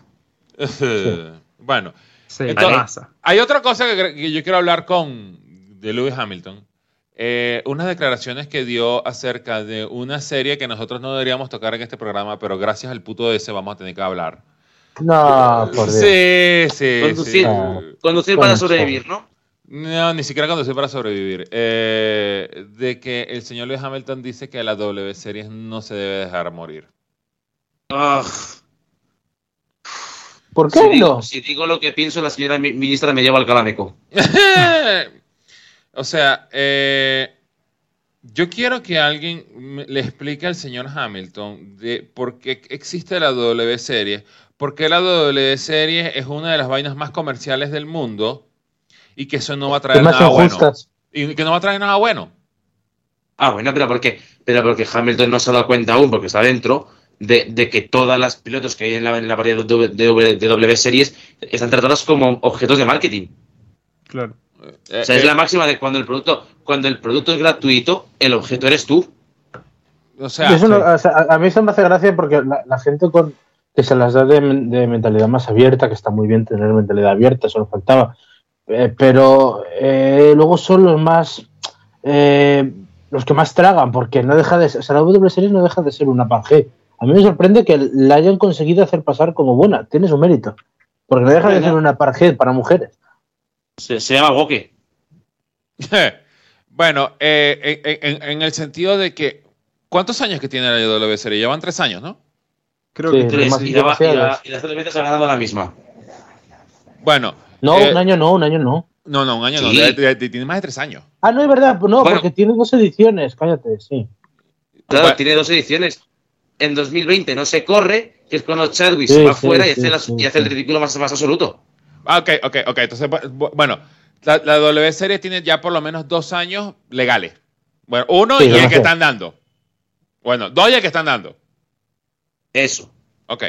Bueno, Sí, Entonces- pasa. hay otra cosa que, que yo quiero hablar con de Lewis Hamilton. Eh, unas declaraciones que dio acerca de una serie que nosotros no deberíamos tocar en este programa, pero gracias al puto ese vamos a tener que hablar. No, por Dios. Sí, sí, Conducir, sí. conducir Bueno, para sobrevivir, ¿no? No, ni siquiera conducir para sobrevivir. Eh, de que el señor Lewis Hamilton dice que la W Series no se debe dejar morir. Ah, ¿Por qué Si no? digo, si digo lo que pienso, la señora mi- ministra me lleva al calameco. O sea, eh, yo quiero que alguien me- le explique al señor Hamilton de por qué existe la W Series, por qué la W Series es una de las vainas más comerciales del mundo y que eso no va a Y traer más nada bueno. injustas. Y que no va a traer nada bueno. Ah, bueno, pero ¿por qué? Pero porque Hamilton no se ha dado cuenta aún, porque está dentro, de, de que todas las pilotos que hay en la, en la variedad de, W- de W- de W Series están tratadas como objetos de marketing. Claro. Eh, O sea, es eh, la máxima de cuando el producto, cuando el producto es gratuito, el objeto eres tú. o sea, Eso no- o sea, a, a mí eso me hace gracia porque la, la gente con que se las da de, men- de mentalidad más abierta, que está muy bien tener mentalidad abierta, eso nos faltaba. Eh, pero eh, luego son los más eh, los que más tragan, porque no deja de ser, o sea, la W Series no deja de ser una Pangea. A mí me sorprende que la hayan conseguido hacer pasar como buena, tiene su mérito, porque no deja de Bueno. ser una Pangea para mujeres. Se, se llama Goke. bueno, eh, en, en- en el sentido de que, ¿cuántos años que tiene la W Series? Llevan tres años, ¿no? Creo Sí, que no Tres, más y, la, va- y, la- demasiados. y las tres veces ha ganado la misma. Bueno, No, eh, un año no, un año no. no, no, un año no, Sí. de- de- de- tiene más de tres años. Ah, no, es verdad, no, Bueno. porque tiene dos ediciones, cállate, sí. Claro, Bueno. tiene dos ediciones. En dos mil veinte no se corre, que es cuando Chadwick Sí, se va sí, fuera y sí, hace, la- sí, y hace el sí. ridículo más, más absoluto. Ah, ok, ok, ok. Entonces, bu- bueno, la, la W Series tiene ya por lo menos dos años legales. Bueno, uno Sí, y el que demasiado. están dando. Bueno, dos y el que están dando. Eso. Ok.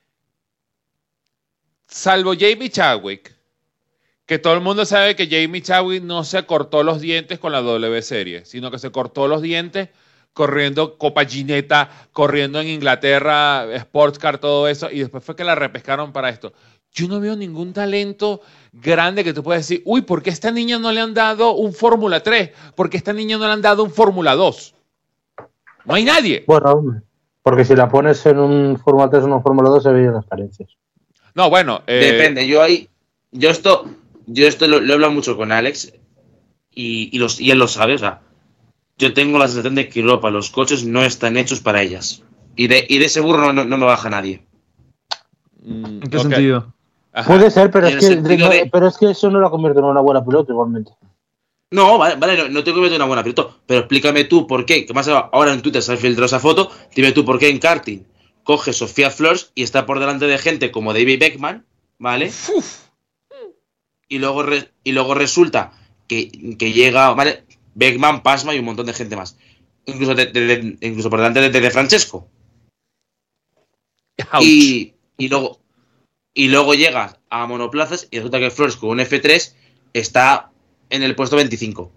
Salvo Jamie Chadwick, que todo el mundo sabe que Jamie Chadwick no se cortó los dientes con la W Series, sino que se cortó los dientes corriendo Copa Gineta, corriendo en Inglaterra, Sportscar, todo eso, y después fue que la repescaron para esto. Yo no veo ningún talento grande que tú puedas decir, uy, ¿por qué a esta niña no le han dado un Fórmula tres? ¿Por qué a esta niña no le han dado un Fórmula dos? No hay nadie. Bueno, porque si la pones en un Fórmula tres o en un Fórmula dos se veían las carencias. No, bueno. eh, Depende. Yo ahí. Yo esto. Yo esto lo, lo he hablado mucho con Alex. Y, y, los, y él lo sabe. O sea, yo tengo la sensación de que Europa, los coches no están hechos para ellas. Y de, y de ese burro no, no, no me baja nadie. mm, ¿En qué ok. sentido? Ajá. Puede ser, pero En es, el que, sentido no, de- pero es que eso no la convierte en una buena piloto igualmente. No, vale, vale, no, no tengo que meter una buena piloto. Pero explícame tú por qué. Que más ahora en Twitter se ha filtrado esa foto. Dime tú por qué en karting coge Sofía Flores y está por delante de gente como David Beckman, ¿vale? Uf. Y luego, re- y luego resulta que, que llega, ¿vale? Beckman, Pasma y un montón de gente más. Incluso, de- de- de- incluso por delante de, de, de Francesco. Ouch. Y, y luego y luego llega a monoplazas y resulta que Flores con un F tres está en el puesto veinticinco.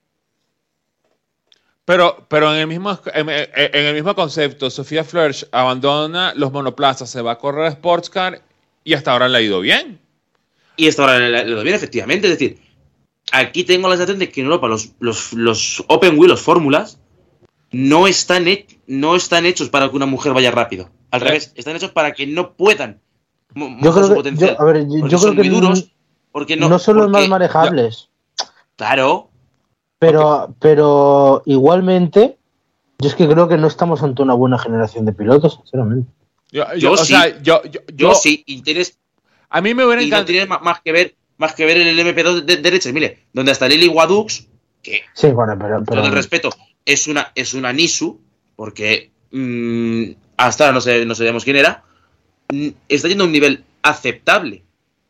Pero, pero en el mismo en, en el mismo concepto, Sofía Flörsch abandona los monoplazas, se va a correr a Sportscar y hasta ahora le ha ido bien. Y esto ahora le, le, le viene efectivamente. Es decir, aquí tengo la sensación de que en Europa los, los, los Open Wheel, los fórmulas, no están, he- no están hechos para que una mujer vaya rápido. Al Eh. revés, están hechos para que no puedan mo- Yo mostrar creo su que, potencial. yo, a ver, yo, Porque yo son creo que muy duros. Porque no, no, son los más porque- manejables, Claro. pero, pero igualmente, yo es que creo que no estamos ante una buena generación de pilotos, sinceramente. Yo, yo- Yo o sí. sea, yo, yo, Yo, yo- sí, y tienes, a mí me hubiera y no encantado. tienes ma- más que ver más que ver en el M P dos de, de derecha. Mire, donde hasta Lily Wadux, que Sí, bueno, pero, con pero todo el respeto, es una, es una Nisu, porque mm, hasta ahora no, sé, no sabíamos quién era, mm, está yendo a un nivel aceptable.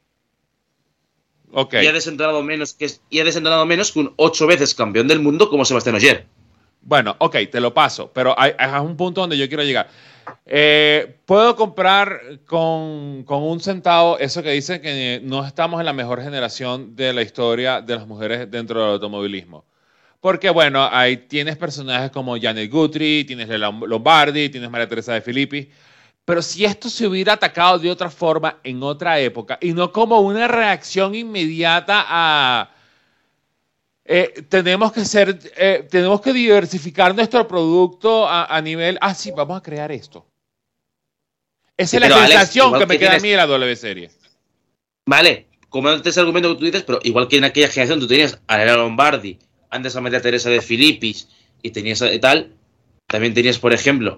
Ok. Y ha desentonado menos que y ha desentonado menos que un ocho veces campeón del mundo como Sebastián Ogier. Bueno, ok, te lo paso, pero hay, hay un punto donde yo quiero llegar. Eh, Puedo comprar con, con un centavo eso que dice que no estamos en la mejor generación de la historia de las mujeres dentro del automovilismo. Porque, bueno, ahí tienes personajes como Janet Guthrie, tienes Lela Lombardi, tienes María Teresa de Filippi. Pero si esto se hubiera atacado de otra forma en otra época y no como una reacción inmediata a... Eh, tenemos que ser, eh, tenemos que diversificar nuestro producto a, a nivel, ah, sí, vamos a crear esto. Esa Sí, es la pero, Alex, sensación igual que me que queda a tienes- mí de la W Series. Vale, como antes ese argumento que tú dices, pero igual que en aquella generación tú tenías a Lela Lombardi, antes a María Teresa de Filippis y tenías a tal, también tenías, por ejemplo,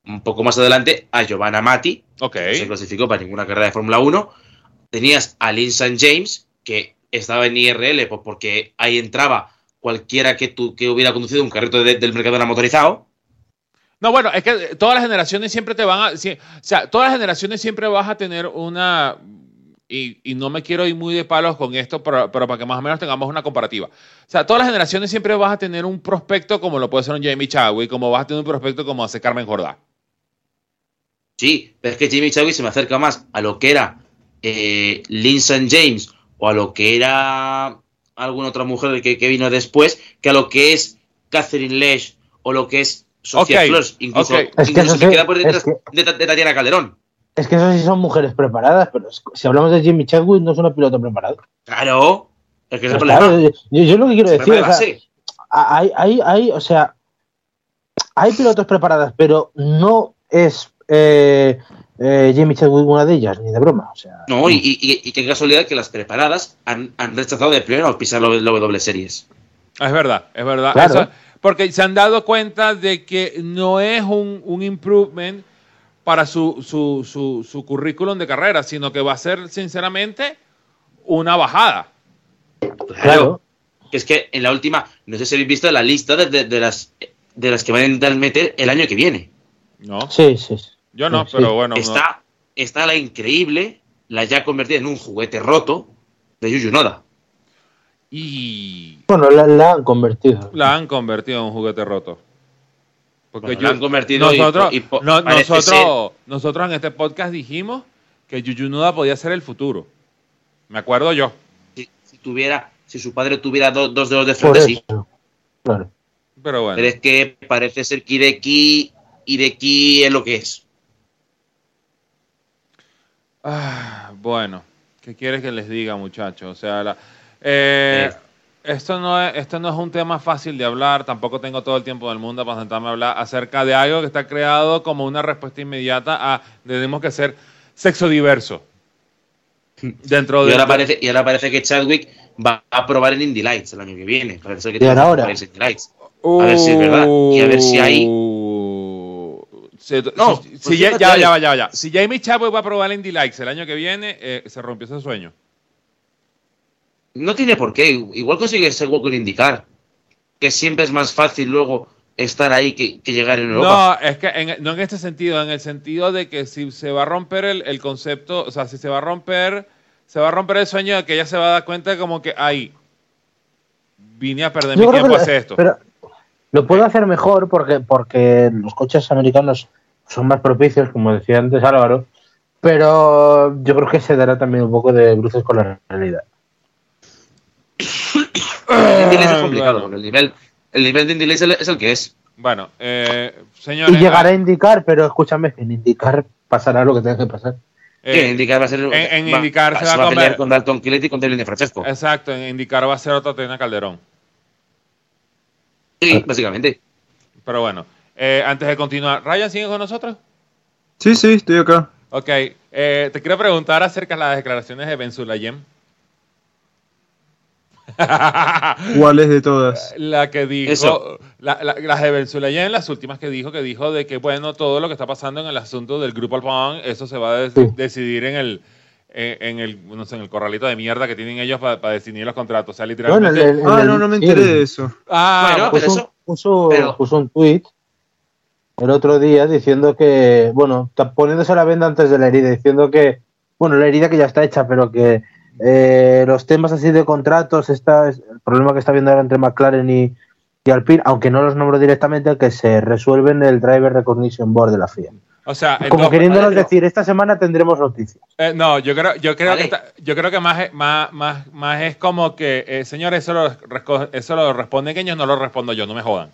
un poco más adelante a Giovanna Matti, Okay. que no se clasificó para ninguna carrera de Fórmula uno. Tenías a Lynn Saint James, que estaba en I R L pues porque ahí entraba cualquiera que, tu, que hubiera conducido un carrito de, del Mercadona motorizado. No, bueno, es que todas las generaciones siempre te van a... Si, o sea, todas las generaciones siempre vas a tener una... Y, y no me quiero ir muy de palos con esto, pero, pero para que más o menos tengamos una comparativa. O sea, todas las generaciones siempre vas a tener un prospecto como lo puede ser un Jamie Chadwick, como vas a tener un prospecto como hace Carmen Jordá. Sí, pero es que Jamie Chadwick se me acerca más a lo que era eh, Lynn Saint James o a lo que era alguna otra mujer que, que vino después, que a lo que es Catherine Lesh o lo que es Sofía Okay, Flores, incluso, okay. Es que incluso eso que sí, queda por detrás es que- de, de Tatiana Calderón. Es que eso sí son mujeres preparadas, pero es- si hablamos de Jimmy Chadwick, no es una piloto preparada. Claro, es que es el Pues claro, problema. yo, yo lo que quiero Se decir, prepara o sea, de base. hay, hay, hay, o sea, hay pilotos preparadas, pero no es eh, eh, Jimmy Chadwick una de ellas, ni de broma. O sea, No, y, y, y qué casualidad que las preparadas han, han rechazado de primero pisar la W Series. Es verdad, es verdad. Claro. Eso- porque se han dado cuenta de que no es un, un improvement para su, su, su, su currículum de carrera, sino que va a ser, sinceramente, una bajada. claro. Que es que en la última, no sé si habéis visto la lista de, de, de las de las que van a intentar meter el año que viene. ¿No? Sí, sí. sí. Yo no, Sí. pero bueno. Está, está la increíble, la ya convertida en un juguete roto de Yuyu Noda. no. Y Bueno, la, la han convertido. la han convertido en un juguete roto. Porque Bueno, yo- la han convertido y- nosotros, y po- no- parece nosotros, nosotros en este podcast dijimos que Yuyu Noda podía ser el futuro. Me acuerdo yo. Si, si tuviera, si su padre tuviera do- dos dedos de Por frente, sí. eso. Claro. Pero bueno. Pero es que parece ser que Hideki, Hideki es lo que es. Ah, bueno, ¿qué quieres que les diga, muchachos? O sea, la- eh, esto, no es, esto no es un tema fácil de hablar, tampoco tengo todo el tiempo del mundo para sentarme a hablar acerca de algo que está creado como una respuesta inmediata a tenemos que ser sexo diverso. Dentro Y de... ahora, parece, y ahora parece que Chadwick va a probar en Indy Lights el año que viene. Parece ser que Y tiene ahora. que probar en Indy Lights. A ver si es verdad. Y a ver si ahí. Se- No, si, pues si ya, fíjate, ya, Alex. ya, va, ya, va, ya. Si Jamie Chadwick va a probar el Indy Lights el año que viene, eh, se rompió ese sueño. No tiene por qué. Igual consigue ese hueco en indicar. Que siempre es más fácil luego estar ahí que, que llegar en Europa. No, es que en- no en este sentido, en el sentido de que si se va a romper el, el concepto, o sea, si se va a romper, se va a romper el sueño de que ella se va a dar cuenta de como que, ay, vine a perder mi Yo creo tiempo que a lo- hacer esto. Pero lo puedo hacer mejor porque, porque los coches americanos son más propicios, como decía antes Álvaro, pero yo creo que se dará también un poco de bruces con la realidad. El Indy Lights es complicado. bueno. Porque el nivel, el nivel de Indy Lights es el, es el que es. Bueno, eh, Y señores, llegará a indicar, pero escúchame, en indicar pasará lo que tenga que pasar. eh, Sí, en IndyCar va a ser. en- en va- IndyCar se va a a pelear comer- con Dalton Kellett y con Devlin de Francesco. exacto, en indicar va a ser otra Tena Calderón. Sí, básicamente. Pero bueno, eh, antes de continuar, Ryan, ¿sigue con nosotros? Sí, sí, estoy acá. Ok, eh, te quiero preguntar acerca de las declaraciones de Ben Sulayem. ¿Cuál es de todas? La que dijo, Eso. la, la- las de Ben Sulayem, las últimas que dijo, que dijo de que, bueno, todo lo que está pasando en el asunto del Grupo Alphabet, eso se va a des- Sí. decidir en el, en, en el, no sé, en el corralito de mierda que tienen ellos para definir los contratos. O sea, Bueno, literalmente... el- el- Ah, el- no, no me sí, enteré de eso. ah, Bueno, puso, pero eso- puso, pero- puso un tuit el otro día diciendo que, bueno, ta- poniéndose la venda antes de la herida, diciendo que, bueno, la herida que ya está hecha, pero que eh, los temas así de contratos, está, el problema que está habiendo ahora entre McLaren y, y Alpine, aunque no los nombro directamente, que se resuelven en el Driver Recognition Board de la F I A. o sea, Como entonces- queriéndonos vale, pero- decir, esta semana tendremos noticias. Eh, no, yo creo, yo creo Vale. que está- yo creo que más, es- más, más, más es como que, eh, señores, eso lo, resco- eso lo responden ellos, no lo respondo yo, no me jodan.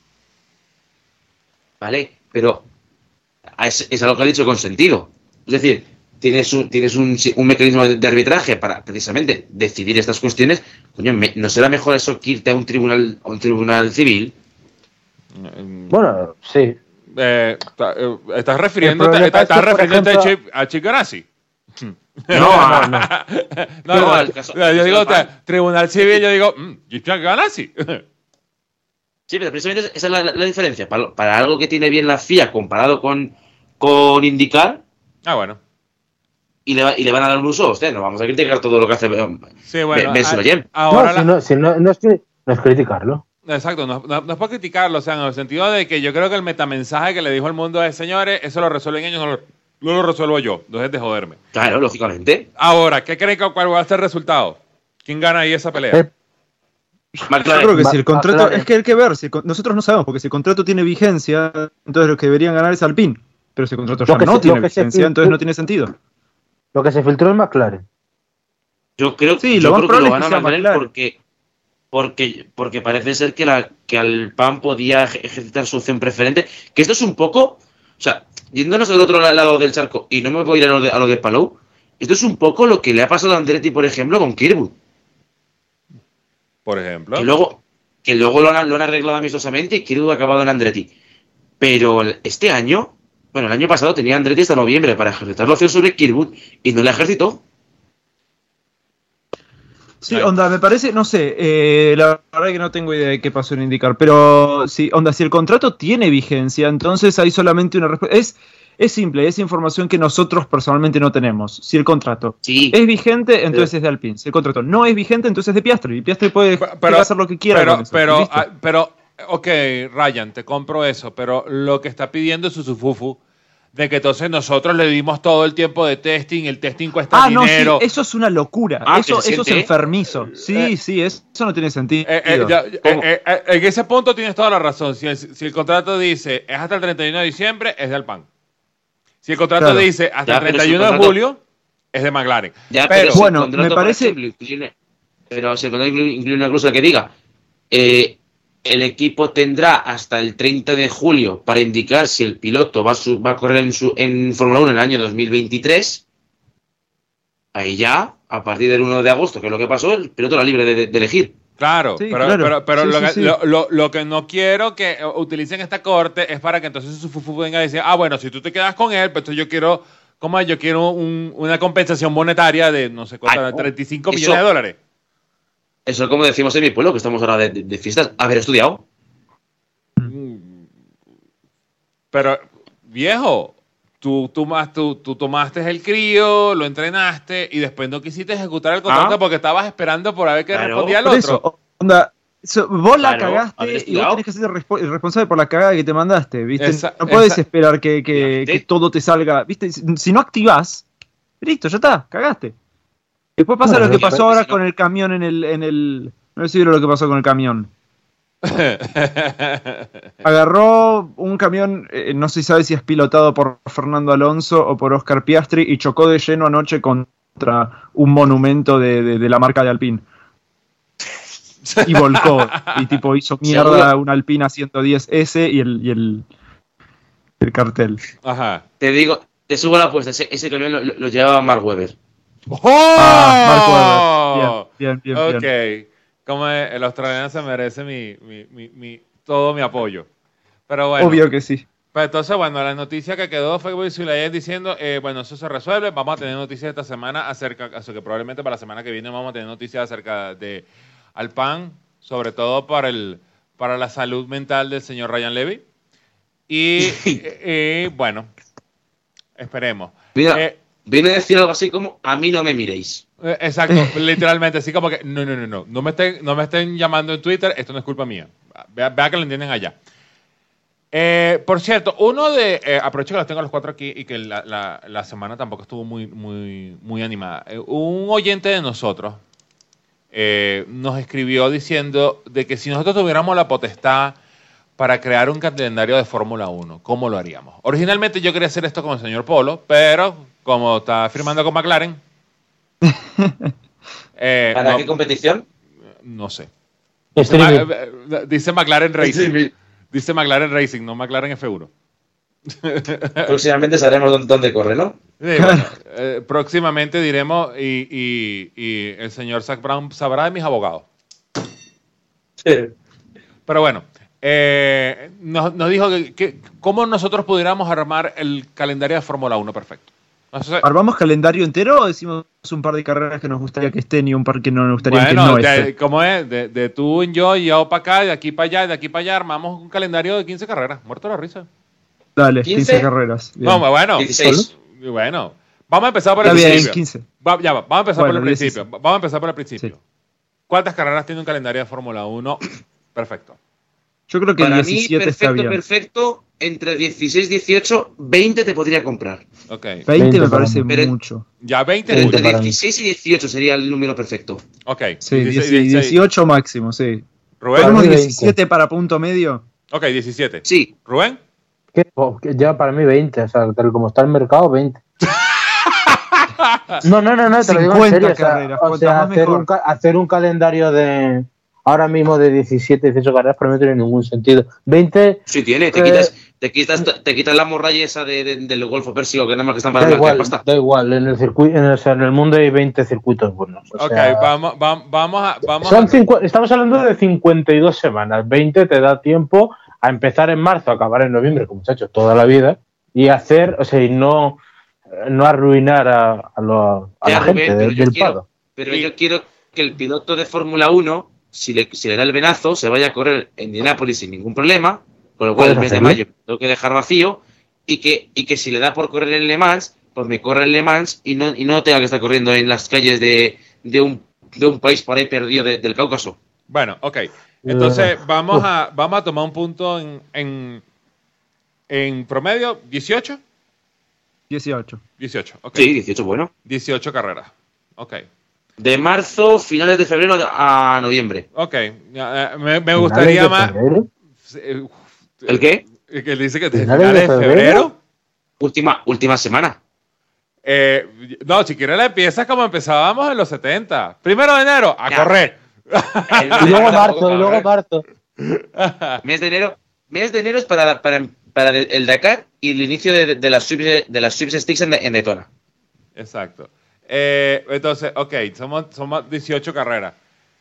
¿Vale? Pero es, es algo que ha dicho con sentido. Es decir, tienes un, tienes un, un mecanismo de arbitraje para precisamente decidir estas cuestiones. Coño, me- ¿no será mejor eso que irte a un tribunal, a un tribunal civil? Mm, Bueno, sí. eh, ta- eh, ¿Estás refiriéndote, problema estás es que, por refiriéndote a ejemplo- Chip, a Chip Ganassi? No, no, no. No, No, no, el caso- yo el digo, caso ta- tribunal civil, yo digo, mm, Chip Ganassi. Sí, pero precisamente esa es la, la, la diferencia. Para, para algo que tiene bien la F I A comparado con, con IndyCar. Ah, bueno. Y le, va, y le van a dar un uso a usted. No vamos a criticar todo lo que hace sí, bueno, Ben Sulayem. Ahora no, la... si no, si no, no, es, no es criticarlo. Exacto, no, no, no es para criticarlo, o sea, en el sentido de que yo creo que el metamensaje que le dijo al mundo es, señores, eso lo resuelven ellos, no lo, no lo resuelvo yo, entonces de joderme. Claro, lógicamente. Ahora, ¿qué creen que cuál va a ser el resultado? ¿Quién gana ahí esa pelea? Eh, Yo creo que si el contrato, es que hay que ver, si el, nosotros no sabemos, porque si el contrato tiene vigencia, entonces lo que deberían ganar es Alpine, pero si el contrato ya no se, tiene vigencia, filtró, entonces no tiene sentido. Lo que se filtró es McLaren. Yo creo, sí, yo lo creo que lo van a McLaren, McLaren porque, porque, porque parece ser que, la, que Alpine podía ejercitar su opción preferente, que esto es un poco, o sea, yéndonos al otro lado del charco, y no me voy a ir a lo de, a lo de Palou, esto es un poco lo que le ha pasado a Andretti, por ejemplo, con Kirkwood. Por ejemplo. Que luego, que luego lo, han, lo han arreglado amistosamente y Kirkwood ha acabado en Andretti. Pero este año, bueno, el año pasado tenía Andretti hasta noviembre para ejercitar la opción sobre Kirkwood y no la ejercitó. Sí, onda, me parece, no sé, eh, la verdad que no tengo idea de qué pasó en IndyCar, pero sí, onda, si el contrato tiene vigencia, entonces hay solamente una respuesta. Es, es simple, es información que nosotros personalmente no tenemos. Si el contrato sí. es vigente, entonces sí. es de Alpine. Si el contrato no es vigente, entonces es de Piastri. Y Piastri puede pero, hacer lo que quiera. Pero, con eso. pero, ah, pero, ok, Ryan, te compro eso, pero lo que está pidiendo es Suzufufu. De que entonces nosotros le dimos todo el tiempo de testing, el testing cuesta ah, dinero. No, sí, eso es una locura. Ah, eso, eso es enfermizo. Sí, eh, sí, eso no tiene sentido. Eh, eh, ya, eh, eh, eh, en ese punto tienes toda la razón. Si el, si el contrato dice es hasta el treinta y uno de diciembre, es de Alpine. Si el contrato claro. dice hasta ya, el treinta y uno si el de julio, es de McLaren. Ya, pero, pero si bueno, contrato, me parece... Ejemplo, incluye, pero si el contrato incluye, incluye una cláusula que diga eh, el equipo tendrá hasta el treinta de julio para indicar si el piloto va a, su, va a correr en, su, en Fórmula uno en el año dos mil veintitrés. Ahí ya, a partir del uno de agosto, que es lo que pasó, el piloto era libre de, de, de elegir. Claro, sí, pero, claro. pero, pero sí, lo, sí, que, sí. Lo, lo, lo que no quiero que utilicen esta corte es para que entonces su fufu venga a decir, ah, bueno, si tú te quedas con él, pues yo quiero, ¿cómo es? Yo quiero un, una compensación monetaria de, no sé cuánto, Ay, treinta y cinco eso, millones de dólares. Eso es como decimos en mi pueblo, que estamos ahora de, de, de fiestas, haber estudiado. Pero, viejo, tú, tú, tú, tú tomaste el crío, lo entrenaste y después no quisiste ejecutar el contrato ah, porque estabas esperando por a ver qué claro, respondía el otro. Eso, onda, so, vos la claro, cagaste y vos tenés que ser el responsable por la cagada que te mandaste, ¿viste? Esa, no podés esa, esperar que, que, que todo te salga, ¿viste? Si no activás, listo, ya está, cagaste. Después pasa no, lo que pasó no, ahora no. con el camión en el... En el no sé si lo que pasó con el camión. Agarró un camión, eh, no se sabe si es pilotado por Fernando Alonso o por Oscar Piastri, y chocó de lleno anoche contra un monumento de, de, de la marca de Alpine. Y volcó. Y tipo hizo mierda ¿Seguro? Un Alpine a ciento diez ese y el, y el, el cartel. Ajá. Te digo, te subo la apuesta, ese, ese camión lo, lo, lo llevaba Mark Webber. ¡Oh! Ah, Mark Webber. Bien, bien, bien. Ok. Bien. Como el australiano se merece mi, mi, mi, mi, todo mi apoyo. Pero bueno. Obvio que sí. Pues entonces, bueno, la noticia que quedó fue Ben Sulayem diciendo, eh, bueno, eso se resuelve, vamos a tener noticias esta semana acerca, así que probablemente para la semana que viene vamos a tener noticias acerca de Alpine, sobre todo para, el, para la salud mental del señor Ryan Levy. Y, y bueno, esperemos. Mira, eh, viene a decir algo así como, a mí no me miréis. Exacto, literalmente, así como que no, no, no, no, no me estén, no me estén llamando en Twitter, esto no es culpa mía. Vea, vea que lo entienden allá. Eh, por cierto, uno de, eh, aprovecho que los tengo a los cuatro aquí y que la, la, la semana tampoco estuvo muy, muy, muy animada. Eh, un oyente de nosotros eh, nos escribió diciendo de que si nosotros tuviéramos la potestad para crear un calendario de Fórmula uno, ¿cómo lo haríamos? Originalmente yo quería hacer esto con el señor Polo, pero como está firmando con McLaren, eh, ¿Para no, qué competición? No sé. Dice, Ma dice McLaren Racing. Dice McLaren Racing, no McLaren F uno. Próximamente sabremos dónde corre, ¿no? Sí, bueno, eh, próximamente diremos y, y, y el señor Zach Brown sabrá de mis abogados. Sí. Pero bueno, eh, nos, nos dijo que, que cómo nosotros pudiéramos armar el calendario de Fórmula uno perfecto. No sé. ¿Armamos calendario entero o decimos un par de carreras que nos gustaría que estén y un par que no nos gustaría Bueno, que no de, estén? ¿cómo es? De, de tú en yo y yo para acá, de aquí para allá, de aquí para allá, armamos un calendario de quince carreras. Muerto la risa. Dale, ¿quince? quince carreras. Bien. No, bueno, dieciséis. bueno. Vamos a empezar por el Está bien, principio. quince. Va- ya va, vamos a empezar Bueno, por el dieciséis. principio. Vamos a empezar por el principio. Sí. ¿Cuántas carreras tiene un calendario de Fórmula uno? Perfecto. Yo creo que Para mí, diecisiete está perfecto, bien. perfecto. Entre dieciséis y dieciocho, veinte te podría comprar. Ok. veinte veinte me para parece mí. Pero- mucho. Ya veinte. Pero entre para mí. dieciséis y dieciocho sería el número perfecto. Ok. Sí, dieciséis, dieci- dieciséis. dieciocho máximo, sí. Rubén. ¿Ponemos mí veinte. diecisiete para punto medio? Ok, diecisiete. Sí. Rubén. ¿Qué? Oh, que ya para mí veinte, o sea, tal como está el mercado, veinte. No, no, no, no, te lo digo en cincuenta serio. O sea, carreras, o cuantas sea, más hacer, mejor. un, ca- hacer un calendario de ahora mismo de diecisiete, dieciocho carreras para mí no tiene ningún sentido. veinte, Sí tiene. Te Eh, quitas, te quitas, te quitas la morralla esa de, de- del Golfo Pérsico, que nada más que están para da blanquear igual, pasta. da igual. En el circuito, en el, o sea, en el mundo hay veinte circuitos buenos. O Ok, sea, vamos, vam- vamos a. Vamos son a cincu- estamos hablando de cincuenta y dos semanas. veinte te da tiempo a empezar en marzo, acabar en noviembre, como se ha hecho toda la vida, y hacer, o sea, y no, no arruinar a, a, lo- a Ya, la Rubén, gente pero de- yo del quiero- pado. Pero Y- yo quiero que el piloto de Fórmula uno, si le, si le da el venazo, se vaya a correr en Indianápolis sin ningún problema, con lo cual el ¿Puedes mes de hacerlo? mayo lo tengo que dejar vacío, y que, y que si le da por correr en Le Mans, pues me corre en Le Mans y no, y no tenga que estar corriendo en las calles de, de, un, de un país por ahí perdido de- del Cáucaso. Bueno, ok. Entonces, Eh, vamos uf. a, vamos a tomar un punto en, en, en promedio, dieciocho. dieciocho. dieciocho, ok. Sí, dieciocho, bueno. dieciocho carreras. Ok. De marzo, finales de febrero a noviembre. Ok. Ya, eh, Me, me ¿Finales gustaría de más. febrero? eh, ¿El qué? eh, Que dice que de ¿Finales finales de de febrero? febrero. Última, última semana. Eh, no, si quieres la empiezas como empezábamos en los setenta. Primero de enero, a Ya. correr. El Y luego tampoco marzo, y para luego ver. marzo. Mes de enero. Mes de enero es para, para, para el Dakar y el inicio de, de las Swiss, de las Swiss Sticks en, en Daytona. Exacto. Eh, entonces, ok, somos, somos dieciocho carreras.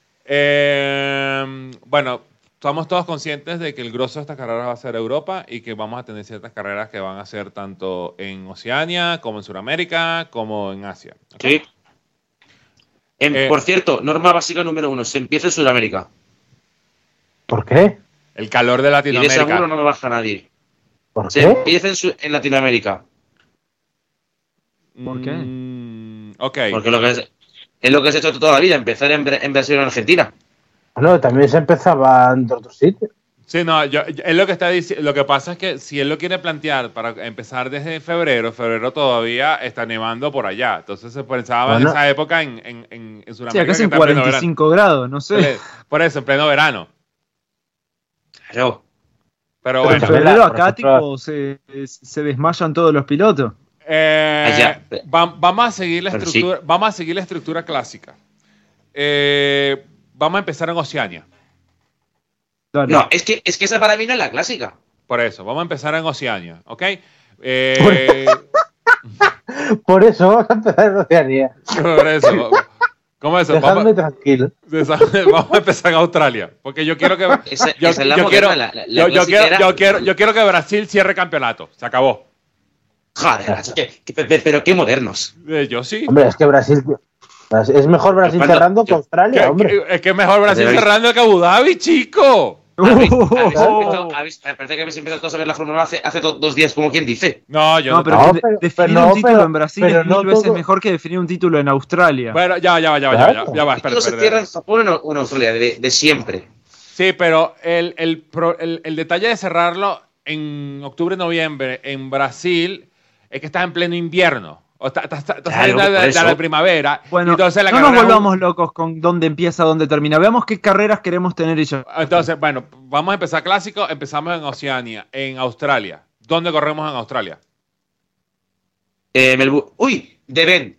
Eh, bueno, estamos todos conscientes de que el grosso de estas carreras va a ser Europa y que vamos a tener ciertas carreras que van a ser tanto en Oceania, como en Sudamérica, como en Asia. ¿ok? Sí. En- Eh. por cierto, norma básica número uno, se empieza en Sudamérica. ¿Por qué? El calor de Y de Latinoamérica. seguro no me baja nadie. ¿Por Se qué? empieza en, Su- en Latinoamérica. ¿Por qué? Mm, ok. Porque lo que es, es lo que se ha hecho toda la vida, empezar en, Bra- en Brasil o en Argentina. Bueno, también se empezaba en otros sitios. Sí, no, yo, yo- él lo que está diciendo, lo que pasa es que si él lo quiere plantear para empezar desde febrero, febrero todavía está nevando por allá. Entonces se pensaba en Bueno. esa época en, en, en, en Sí, Sudamérica. acá que hacen está en pleno cuarenta y cinco grados, no verano. sé. Por eso, en pleno verano. Claro. Pero En bueno. también febrero la- por acá ejemplo- tipo se, se desmayan todos los pilotos. Eh, Allá. va- vamos a seguir la Pero estructura, vamos a seguir la estructura clásica. Eh, vamos a empezar en Oceania. Dale. No, es que, es que esa para mí no es la clásica. Por eso, vamos a empezar en Oceania, ¿ok? Eh, Por eso vamos a empezar en Oceanía. por eso. ¿Cómo es eso? Dejadme Vamos, tranquilo. vamos a empezar en Australia, porque yo quiero que Esa, yo, esa es la yo quiero, moderna, la, la- la yo, yo clásica quiero, era- yo quiero, yo quiero que Brasil cierre campeonato. Se acabó. Joder, macho, que- que- pe- pero qué modernos. Eh, yo sí. Hombre, es que Brasil. Es mejor Brasil Yo cuando- cerrando que yo- Australia, Que- hombre. que- es que es mejor Brasil Pero- cerrando que Abu Dhabi, chico. ¿Habéis- Uh, habéis empezado- habéis- Parece que habéis empezado todos a ver la Fórmula uno hace, hace do- dos días, como quien dice. No, yo No, pero, No, de- pero- definir pero no, un título pero- en Brasil pero es no mil veces todo- mejor que definir un título en Australia. Bueno, ya, ya va, ya va, ya va, ya, Claro. ya va, El espera, título se espera. cierra en Japón o en- o en Australia, de, de siempre. Sí, pero el, el, pro- el- el detalle de cerrarlo en octubre, noviembre en Brasil es que estás en pleno invierno. O está- está- está- estás Claro, saliendo de, por de eso. la primavera. Bueno, entonces la no nos carrera es un- volvamos locos con dónde empieza, dónde termina. Veamos qué carreras queremos tener y ya. Entonces, bueno, vamos a empezar clásico. Empezamos en Oceania, en Australia. ¿Dónde corremos en Australia? Eh, Melbourne. ¡Uy! De Ben.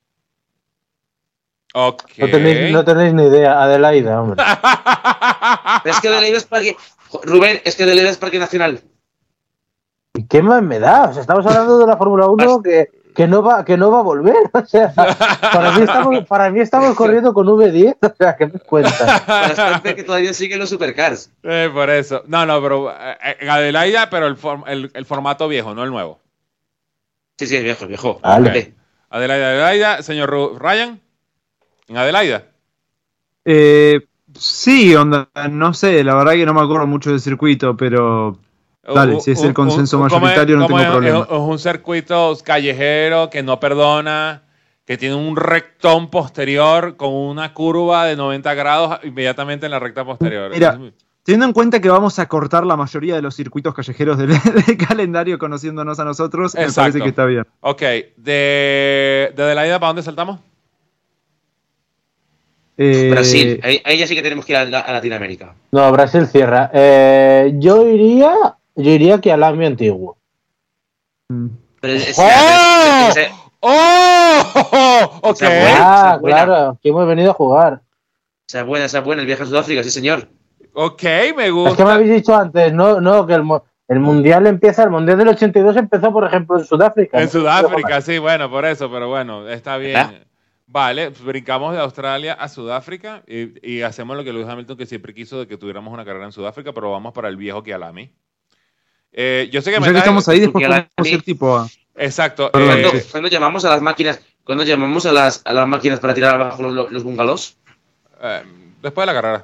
Ok. No tenéis, no tenéis ni idea. Adelaida, hombre. Pero es que Adelaide es parque. Jo, Rubén, es que Adelaide es parque nacional. ¿Y qué más me da? O sea, estamos hablando de la Fórmula uno que, que, no va, que no va a volver. O sea, para mí estamos, para mí estamos corriendo con V diez. O sea, ¿qué me cuentas? Bastante que todavía siguen los supercars. Eh, por eso. No, no, pero eh, en Adelaida, pero el, form- el, el formato viejo, no el nuevo. Sí, sí, es viejo, es viejo. Vale. Vale. Adelaida, Adelaida, señor Ru- Ryan, en Adelaida. Eh, sí, onda, no sé, la verdad que no me acuerdo mucho del circuito, pero dale, Un- si es un- el consenso un- ¿cómo mayoritario es- no cómo tengo es? problema. Es, es un circuito callejero que no perdona, que tiene un rectón posterior con una curva de noventa grados inmediatamente en la recta posterior. Mira, teniendo en cuenta que vamos a cortar la mayoría de los circuitos callejeros del, del calendario conociéndonos a nosotros, me Exacto. parece que está bien. Ok, de, de Adelaida, ¿para dónde saltamos? Eh, Brasil, ahí, ahí ya sí que tenemos que ir a, la- a Latinoamérica. No, Brasil cierra. Eh, yo iría, yo iría que al Ami antiguo. mm, Pero es, es- ¡Oh! es- es- es- ¡Oh! Ok. Esa buena. Ah, buena. claro, que hemos venido a jugar. esa buena, esa buena, el viaje a Sudáfrica, sí señor. Ok, me Es que me gusta. habéis dicho antes, no, no, que el, mo- el mundial empieza, el mundial del ochenta y dos empezó, por ejemplo, en Sudáfrica. En ¿no? Sudáfrica, sí, bueno, por eso, pero bueno, está bien. ¿Verdad? Vale, pues brincamos de Australia a Sudáfrica y, y hacemos lo que Lewis Hamilton que siempre quiso de que tuviéramos una carrera en Sudáfrica, pero vamos para el viejo Kialami. Eh, yo sé que me ya que estás- estamos ahí, después porque la- podemos ir tipo a... Exacto. Perdón, eh, ¿Cuándo, cuándo llamamos a las máquinas? ¿Cuándo llamamos a las, a las máquinas para tirar abajo los, los bungalows? eh, después de la carrera.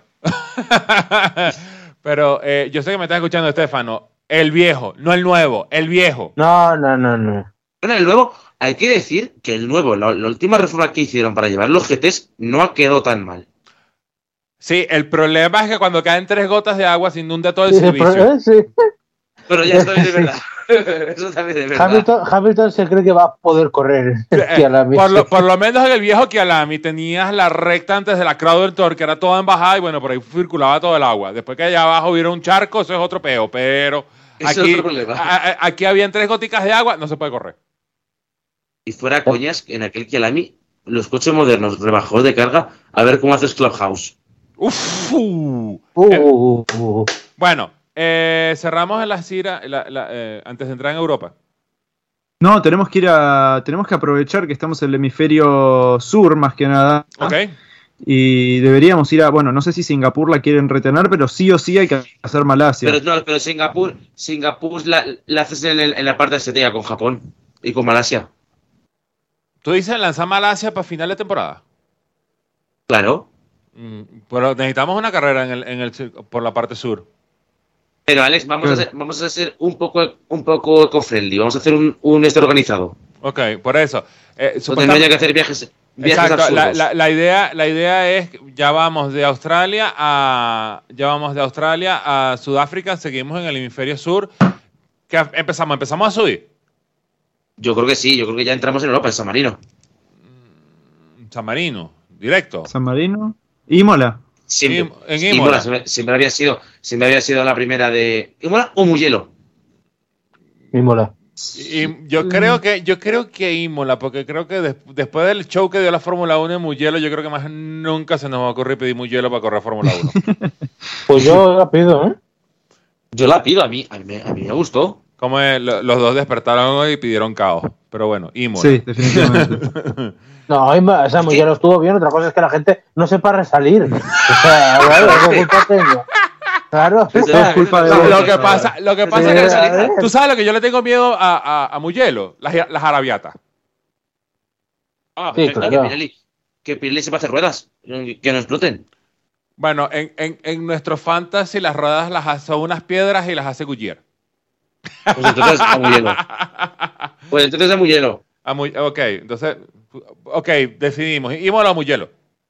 Pero eh, yo sé que me estás escuchando, Estefano. El viejo, no el nuevo, el viejo. No, no, no, no. Bueno, el nuevo, hay que decir que el nuevo, la, la última reforma que hicieron para llevar los G Ts no ha quedado tan mal. Sí, el problema es que cuando caen tres gotas de agua se inunda todo el Sí, servicio. pero- sí. Pero ya está bien de verdad. Eso también de verdad. Hamilton, Hamilton se cree que va a poder correr. Eh, por, lo, por lo menos en el viejo Kialami tenías la recta antes de la Crowder Tour, que era toda en bajada y bueno, por ahí circulaba todo el agua. Después que allá abajo hubiera un charco, eso es otro peo, pero Ese es aquí, otro problema. a- a- aquí habían tres goticas de agua, no se puede correr. Y fuera coñas, en aquel Kialami, los coches modernos rebajados de carga, a ver cómo haces Clubhouse. Uf, uh. Uh, Eh, uh, uh, uh. Bueno, eh, cerramos en la Cira la- la- eh, antes de entrar en Europa. No, tenemos que ir a... Tenemos que aprovechar que estamos en el hemisferio sur, más que nada. Ok. Y deberíamos ir a... Bueno, no sé si Singapur la quieren retener, pero sí o sí hay que hacer Malasia. Pero no, pero Singapur, Singapur la, la haces en, el- en la parte asiática con Japón y con Malasia. Tú dices lanzar Malasia para final de temporada. Claro. Mm, pero necesitamos una carrera en el, en el, cir- por la parte sur. Pero Alex, vamos, Claro. a, hacer, vamos a ser un poco, un poco eco-friendly. Vamos a hacer un, un este organizado. Ok, por eso. Eh, Donde no haya que hacer viajes, viajes Exacto, la, absurdos. la- la idea, la idea es, ya vamos de Australia a ya vamos de Australia a Sudáfrica, seguimos en el hemisferio sur. ¿Qué empezamos? ¿Empezamos a subir? Yo creo que sí, yo creo que ya entramos en Europa, en San Marino. San Marino, directo. San Marino. Imola. Siempre, Im- en Imola, Imola. siempre, siempre había sido, siempre había sido la primera de Imola o Mugello. Me mola. Y yo creo que yo creo que Imola, porque creo que des- después del show que dio la Fórmula uno en Mugello, yo creo que más nunca se nos va a ocurrir pedir Mugello para correr Fórmula uno. Pues yo la pido, ¿eh? Yo la pido, a mí, a mí, me- a mí me gustó. Como es, lo- los dos despertaron hoy y pidieron caos. Pero bueno, Imola. Sí, definitivamente. No, Ima- o sea, ya lo estuvo bien. Otra cosa es que la gente no sepa resalir. O sea, claro, ¿qué culpa tengo? Claro. Es Todo es culpa de Lo, vos. lo que pasa, lo que pasa Sí, es que a ver. tú sabes lo que yo le tengo miedo a, a, a Mugello, las, las arabiatas. Ah, Sí, pero claro. que Pirelli, que Pirelli sepa hacer ruedas, que no exploten. Bueno, en, en, en nuestro fantasy las ruedas las hace son unas piedras y las hace Goodyear. Pues entonces a Mugello. Pues entonces a Mugello. A Mu- ok, entonces, ok, decidimos. Imola o Mugello.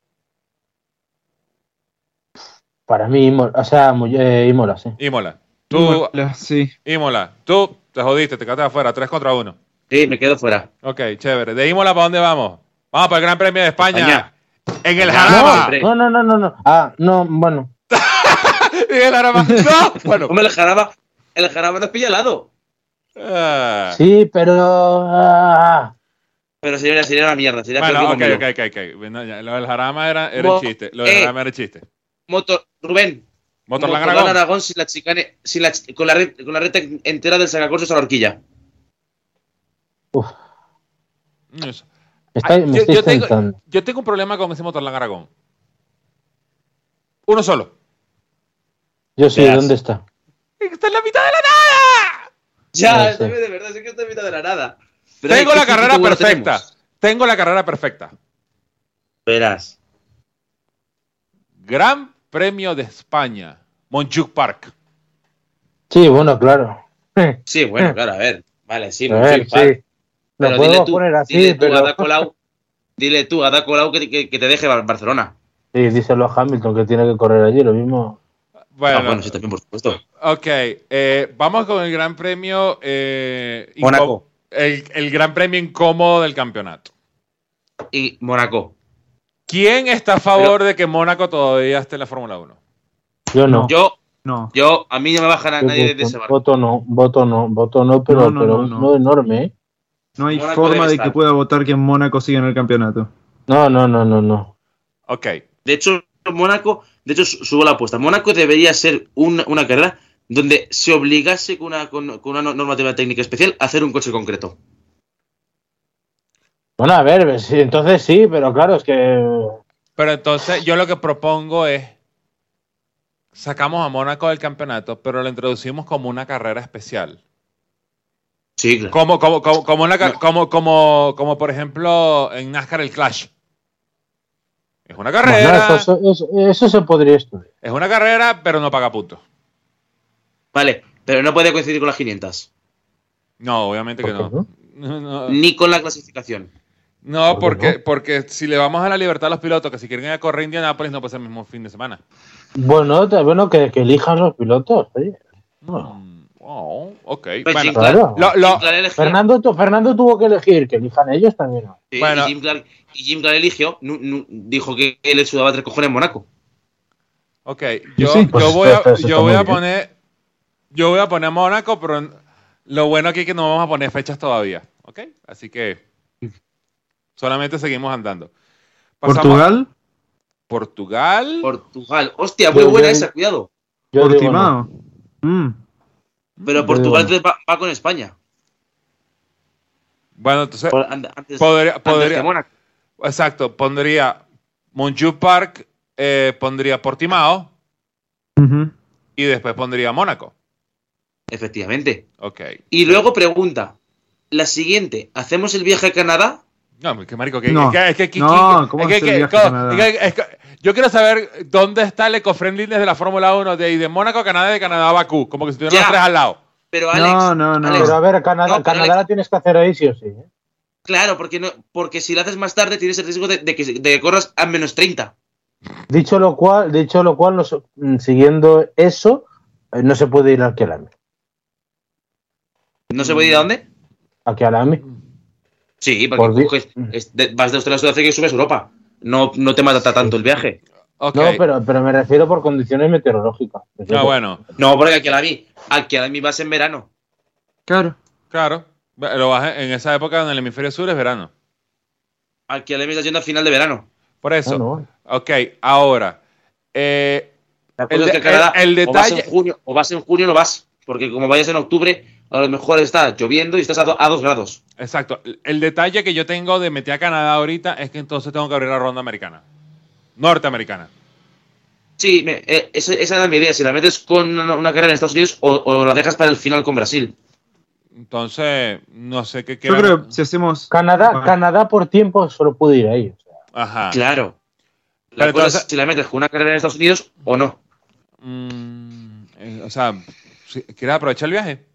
Para mí, Imola, o sea, Mu- eh, Imola, sí. Imola. Tú, Imola, sí. Imola. Tú te jodiste, te quedaste afuera, tres contra uno. Sí, me quedo fuera. Ok, chévere. ¿De Imola para dónde vamos? Vamos para el Gran Premio de España. España. En el España. Jarama. hombre. No, no, no, no, no. Ah, no, bueno. En el Jarama. No. Bueno. Hombre, el Jarama, el Jarama nos pilla al lado. Ah. Sí, pero. ah, Pero sería, sería una mierda. Sería Bueno, peor ok, que ok, conmigo. ok, ok. Bueno, ya, lo del Jarama era, era Mo- el chiste. Lo del eh. Jarama era el chiste. Motor, Rubén. Motorland Motorland Aragón. Aragón sin la chicane, sin la, ch- con, la red, con la recta entera del sacacorchos a la horquilla. uf, Eso. me, está, Ay, me yo, estáis yo tengo, tentando. yo tengo un problema con ese Motorland Aragón. Uno solo. Yo sí, Verás. ¿dónde está? Está en la mitad de la nada. Ya, No sé. estoy de verdad, sé que estoy en mitad de la nada. Pero Tengo ¿qué la carrera circuito bueno perfecta. tenemos? Tengo la carrera perfecta. Verás. Gran Premio de España. Montjuic Park. Sí, bueno, claro. Sí, bueno, claro, a ver. Vale, sí, A muy ver, bien, vale. sí. Lo Pero podemos dile tú, poner así, dile tú pero... a Da Colau, dile tú a Da Colau que, que, que te deje Bar- Barcelona. Sí, díselo a Hamilton que tiene que correr allí, lo mismo. Bueno, Ah, bueno, sí, también, por supuesto. ok. eh, vamos con el Gran Premio. Eh, incó- Mónaco. El, el Gran Premio incómodo del campeonato. Y Mónaco. ¿Quién está a favor de que Mónaco todavía esté en la Fórmula uno? Yo no. Yo, No. yo, a mí no me baja na- Yo nadie voto, de ese barco. voto no, voto no, voto no, pero, No, no, pero no, no. no enorme, ¿eh? No hay Mónaco forma debe de estar. que pueda votar que Mónaco siga en el campeonato. No, no, no, no, no. Ok. De hecho, Mónaco, de hecho, su- subo la apuesta. Mónaco debería ser una, una carrera donde se obligase con una, con, con una normativa técnica especial a hacer un coche concreto. Bueno, a ver, sí, entonces sí, pero claro, es que... Pero entonces yo lo que propongo es sacamos a Mónaco del campeonato, pero lo introducimos como una carrera especial. Sí, claro. Como, como, como, como, una, ca- No. como, como, como por ejemplo en NASCAR el Clash. Es una Bueno, carrera, eso, eso, eso se podría estudiar. es una carrera, pero no paga puntos. Vale, pero no puede coincidir con las quinientas. No, obviamente que ¿Por qué no. No, no, Ni con la clasificación. no, ¿Por qué porque, no? porque si le vamos a la libertad a los pilotos, que si quieren ir a correr a Indianápolis, no puede ser el mismo fin de semana. Bueno, te- bueno que, que elijan los pilotos, oye. No. Mm, oh, ok. Pues Bueno, Jim claro. Clark- lo- lo- Jim Clark eligió. Fernando, tu- Fernando tuvo que elegir, que elijan ellos también. ¿No? Sí, Bueno. y, Jim Clark, y Jim Clark eligió, nu- nu- dijo que le sudaba tres cojones en Mónaco. ok, yo, Sí, pues yo voy esto- a, esto yo está voy muy a bien. poner, yo voy a poner Mónaco, pero lo bueno aquí es que no vamos a poner fechas todavía, ¿ok? Así que solamente seguimos andando. Pasamos- Portugal, Portugal. Portugal. Hostia, muy Yo- buena yo- esa, cuidado. Yo digo Portimao. Mm. Pero Yo Portugal digo va, va con España. Bueno, entonces Por- an- antes, podría, antes podría- que Mónaco. exacto, pondría Montjuic Park, eh, pondría Portimao Ujú. y después pondría Mónaco. Efectivamente. Ok. Y luego pregunta. La siguiente, ¿hacemos el viaje a Canadá? No, que marico, que, No. es que, es que, que- No, que- ¿cómo es que- hacer que- viaje a co- Canadá? es que- es que- yo quiero saber dónde está el eco-friendliness de la Fórmula uno de, de Mónaco a Canadá y de Canadá a Bakú, como que si tuvieran Ya. los tres al lado. Pero Alex, No, no, no. Alex, Pero a ver, Canadá, No, pero Canadá Alex- la tienes que hacer ahí sí o sí. ¿eh? claro, porque no, porque si lo haces más tarde tienes el riesgo de, de que, de que corras a menos treinta. Dicho lo cual, dicho lo cual, no se- mm, siguiendo eso, eh, no se puede ir a Kialami. ¿No se puede ir a dónde? A Kialami. Sí, Por porque di- coges- es de- vas de Australia a Sudáfrica y subes a Europa. No, no te mata tanto el viaje. Ok. No, pero, pero me refiero por condiciones meteorológicas. Ah, bueno, No, porque aquí a la vi. Aquí a la mi vas en verano. Claro. claro. Lo bajé en esa época en el hemisferio sur es verano. Aquí a la mi estás yendo a final de verano. Por eso. Ah, no. Ok, ahora. eh, ¿Te acuerdas El que de- a Canadá el- el o vas detalle- en junio o vas en junio no vas? Porque como vayas en octubre, a lo mejor está lloviendo y estás a, do- a dos grados. exacto. El detalle que yo tengo de meter a Canadá ahorita es que entonces tengo que abrir la ronda americana. Norteamericana. Sí, me- eh, esa, esa era mi idea. Si la metes con una, una carrera en Estados Unidos o, o la dejas para el final con Brasil. Entonces, no sé qué Yo quieran- creo que si hacemos. Canadá, Ah. Canadá por tiempo solo pude ir ahí. O sea. Ajá. Claro. La Pero cosa entonces- es si la metes con una carrera en Estados Unidos o no. Mm, eh, o sea, si- ¿quieres aprovechar el viaje?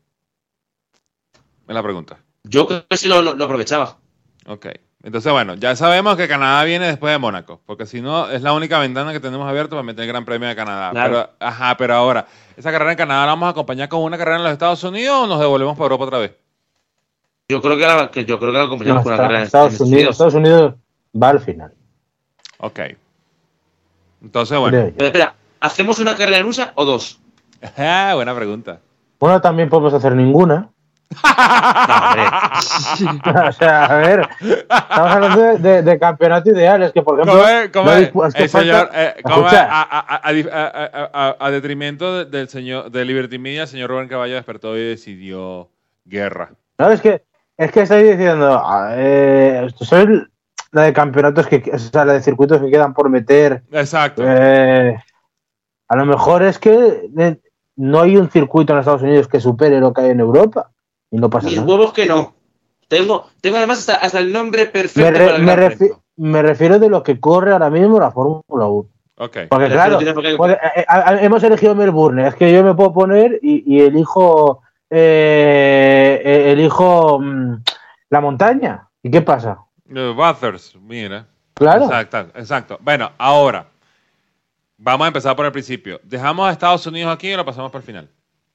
Es la pregunta. Yo creo que sí lo, lo- lo aprovechaba. Ok. Entonces, bueno, ya sabemos que Canadá viene después de Mónaco, porque si no, es la única ventana que tenemos abierta para meter el Gran Premio de Canadá. Claro. Pero, ajá, pero ahora, ¿esa carrera en Canadá la vamos a acompañar con una carrera en los Estados Unidos o nos devolvemos para Europa otra vez? Yo creo que la, que yo creo que la acompañamos No, con una está- carrera en Estados, Unidos, Estados Unidos va al final. Ok. Entonces, bueno. creo yo. Pero espera, ¿hacemos una carrera en U S A o dos? Ah, buena pregunta. Bueno, también podemos hacer ninguna. No, hombre. O sea, a ver, estamos hablando de, de- de campeonato ideal. Es que, por ejemplo, ¿Cómo es? ¿Cómo no es? dispu- es que El señor, falta- eh, ¿cómo es? Escucha. A, a- a- a dif- a- a- a- a detrimento de- del señor de Liberty Media, el señor Rubén Caballo despertó y decidió guerra. No, es que, es que estáis diciendo, eh, esto es el- la de campeonatos que, o sea, la de circuitos que quedan por meter. Exacto. Eh, a lo mejor es que eh, no hay un circuito en Estados Unidos que supere lo que hay en Europa y no pasa Mis nada. huevos que no. Tengo, tengo además hasta, hasta el nombre perfecto Me, re- para el me, Gran refi- Premio. me refiero de lo que corre ahora mismo la Fórmula uno. Ok. Porque Pero claro, tiene por qué- puede- eh, eh, hemos elegido Melbourne. Es que yo me puedo poner y, y elijo eh, eh, elijo mm, la montaña. ¿Y qué pasa? Uh, Bathurst, mira. Claro. Exacto, exacto. Bueno, ahora, vamos a empezar por el principio. ¿Dejamos a Estados Unidos aquí o lo pasamos para el final?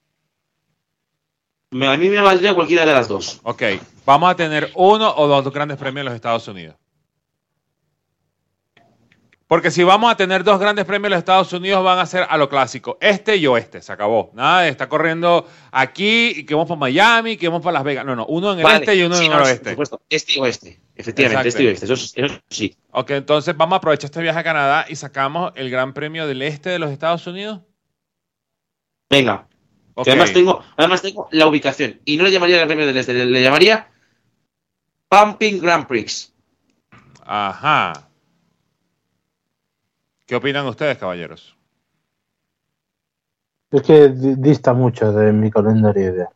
Me- A mí me valdría cualquiera de las dos. Ok, vamos a tener uno o dos grandes premios en los Estados Unidos. Porque si vamos a tener dos grandes premios en los Estados Unidos, van a ser a lo clásico, este y oeste, se acabó. Nada de estar corriendo aquí y que vamos para Miami, que vamos para Las Vegas. No, no, uno en el Vale, este y uno sí, en no, el Por oeste. supuesto, este y oeste. Efectivamente, Exacto. este y oeste. Eso, es- eso sí. Ok, entonces vamos a aprovechar este viaje a Canadá y sacamos el Gran Premio del Este de los Estados Unidos. Venga. Ok. Que además tengo, además tengo la ubicación. Y no le llamaría Gran Premio del Este, le, le llamaría Pumping Grand Prix. Ajá. ¿Qué opinan ustedes, caballeros? Es que di- dista mucho de mi calendario ideal.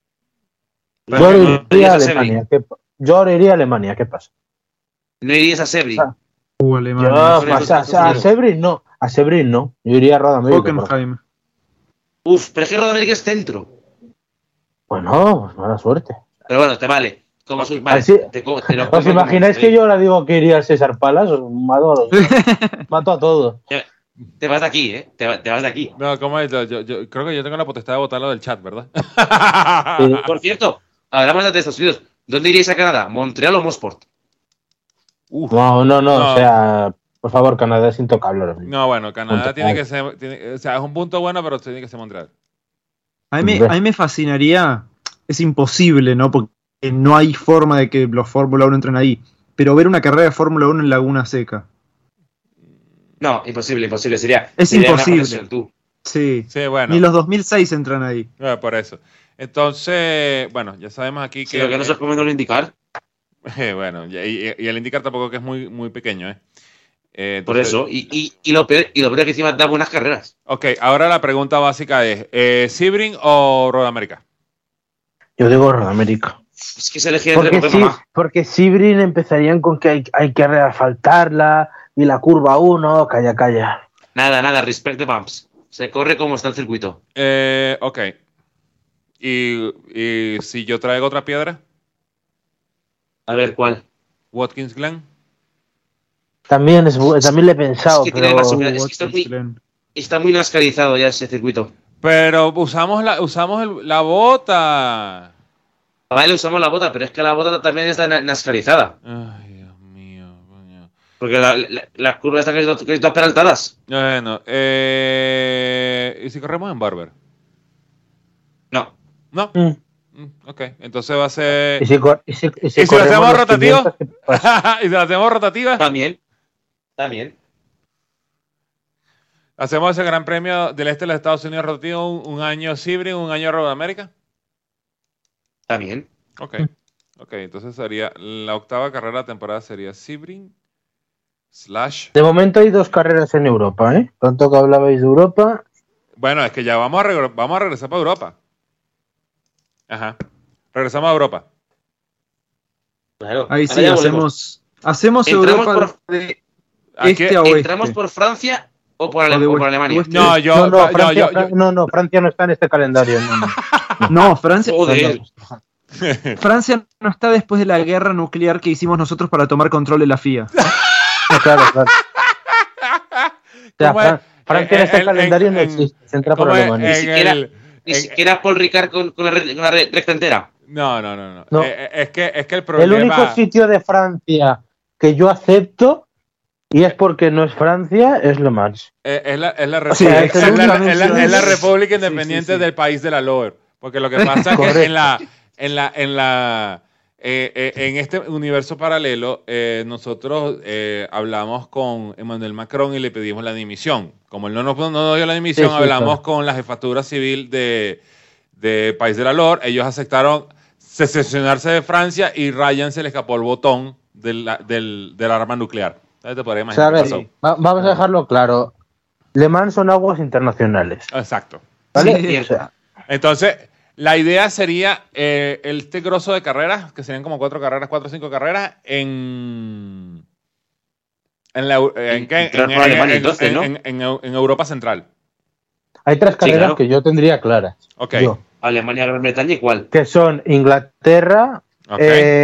Pero Yo no iría irías a a Sebring. Alemania. ¿Qué, pa- yo ahora iría a Alemania. ¿Qué pasa? No irías a Sebring. Ah. Uh, Yo, Alemania. por pues, eso a, Estados a Unidos. Sebring no. A Sebring no. Yo iría a Rodamérica. por ejemplo. Hockenheim. Uf, pero es que Rodamérica es centro. Bueno, pues mala suerte. Pero bueno, te vale. Como soy, vale, Así- te, co- te lo ¿Os compro imagináis como- que yo ahora digo que iría al César Palace? Os mato a, los- mato a todos. Te vas de aquí, ¿eh? Te, va- te vas de aquí. No, ¿cómo es? Yo, yo- yo creo que yo tengo la potestad de votarlo del chat, ¿verdad? Sí. Por cierto, hablamos de Estados Unidos. ¿Dónde iríais a Canadá? ¿Montreal o Mosport? Uf. No, no, no, No. o sea, por favor, Canadá es intocable ahora mismo. No, bueno, Canadá Punto. tiene que ser, tiene- o sea, es un punto bueno, pero tiene que ser Montreal. A mí, me- a mí me fascinaría, es imposible, ¿no? Porque no hay forma de que los Fórmula uno entren ahí. Pero ver una carrera de Fórmula uno en Laguna Seca. No, imposible, imposible. Sería, Es sería una imposible. conexión, tú. Sí. Sí, bueno, Ni los dos mil seis entran ahí. eh, por eso. Entonces, bueno, ya sabemos aquí Si que... lo que no se comiendo lo indicar. eh, bueno, y, y- y el indicar tampoco que es muy, muy pequeño, ¿eh? Eh, Por entonces- eso. Y, y, y, lo peor, y lo peor es que encima da buenas carreras. Ok, ahora la pregunta básica es, eh, ¿Sebring o Road America? Yo digo Rodamérica. Es que se elegía entre Porque, papá y sí, mamá. porque Sebring empezarían con que hay, hay que reasfaltarla y la curva uno, calla, calla. Nada, nada, respect the bumps. Se corre como está el circuito. Eh, ok. ¿Y, y si yo traigo otra piedra? A ver, ¿cuál? Watkins Glen. También, es, bu- también le he pensado, Es que tiene pero más Uh, humedad. Es que Watkins está muy- Glen. Está muy nascarizado ya ese circuito. Pero usamos la, usamos el- la bota. Vale, usamos la bota, pero es que la bota también está na- nascarizada. Ay, Dios mío, coño. Porque la- la- las curvas están casi todas- casi todas peraltadas. Bueno, eh, ¿y si corremos en Barber? No. No. Mm. Mm, Ok, entonces va a ser... ¿Y si, cor- y si- y si ¿Y si lo corremos hacemos los rotativo? quinientos, ¿qué pasa? ¿Y si la hacemos rotativa? También. También. ¿Hacemos ese Gran Premio del Este de los Estados Unidos rotativo un, un año Sebring, un año Road America? También. Ok, ok, entonces sería la octava carrera de la temporada sería Sebring slash... De momento hay dos carreras en Europa, ¿eh? Tanto que hablabais de Europa. Bueno, es que ya vamos a, regre- vamos a regresar para Europa. Ajá. Regresamos a Europa. Claro. Ah, Ahí Ahora sí, ya volvemos. hacemos, hacemos Entramos Europa por- de Aquí- este a oeste. ¿Entramos por Francia o por, O Ale- de o por oeste- Alemania? oeste. No, yo... no, no, no, Francia, yo- yo- Fran- no, no, Francia no está en este calendario. No, no. No, Francia, Joder. Francia no está después de la guerra nuclear que hicimos nosotros para tomar control de la F I A. No, claro, claro. O sea, ¿Cómo es? Fran- Francia en este En- en- calendario no en- existe, se entra por ¿Cómo es? Alemania. Ni En siquiera- el- Ni en- siquiera Paul Ricard con, con, la, re- con la re- recta entera. No, no, no, no. No. Eh, eh, es, que, es que el El problema... único sitio de Francia que yo acepto, y es porque no es Francia, es Le Mans. eh, es, la, es, la O sea, República- es el es la- único- es la- es la Sí, República sí, Independiente sí. del país de la Lower. Porque lo que pasa es que Correcto. en la... En la, en la eh, eh, en este universo paralelo, eh, nosotros eh, hablamos con Emmanuel Macron y le pedimos la dimisión. Como él no nos no nos dio la dimisión, Sí, sí, hablamos claro. con la jefatura civil de, de País de la Loire. Ellos aceptaron secesionarse de Francia y Ryan se le escapó el botón del, del, del arma nuclear. Entonces te podrías O sea, imaginar a qué ver, pasó. va- vamos a dejarlo claro. Le Mans son aguas internacionales. Exacto. ¿Vale? Sí. O sea, Entonces, La idea sería eh, el este grosso de carreras, que serían como cuatro carreras, cuatro o cinco carreras, en. En, la, en, En- en, en, por Alemania, en- entonces, en- ¿no? en- en- en Europa Central. Hay tres carreras claro. que yo tendría claras. Ok. Yo, Alemania, Gran Bretaña, ¿cuál? que son Inglaterra, Ok.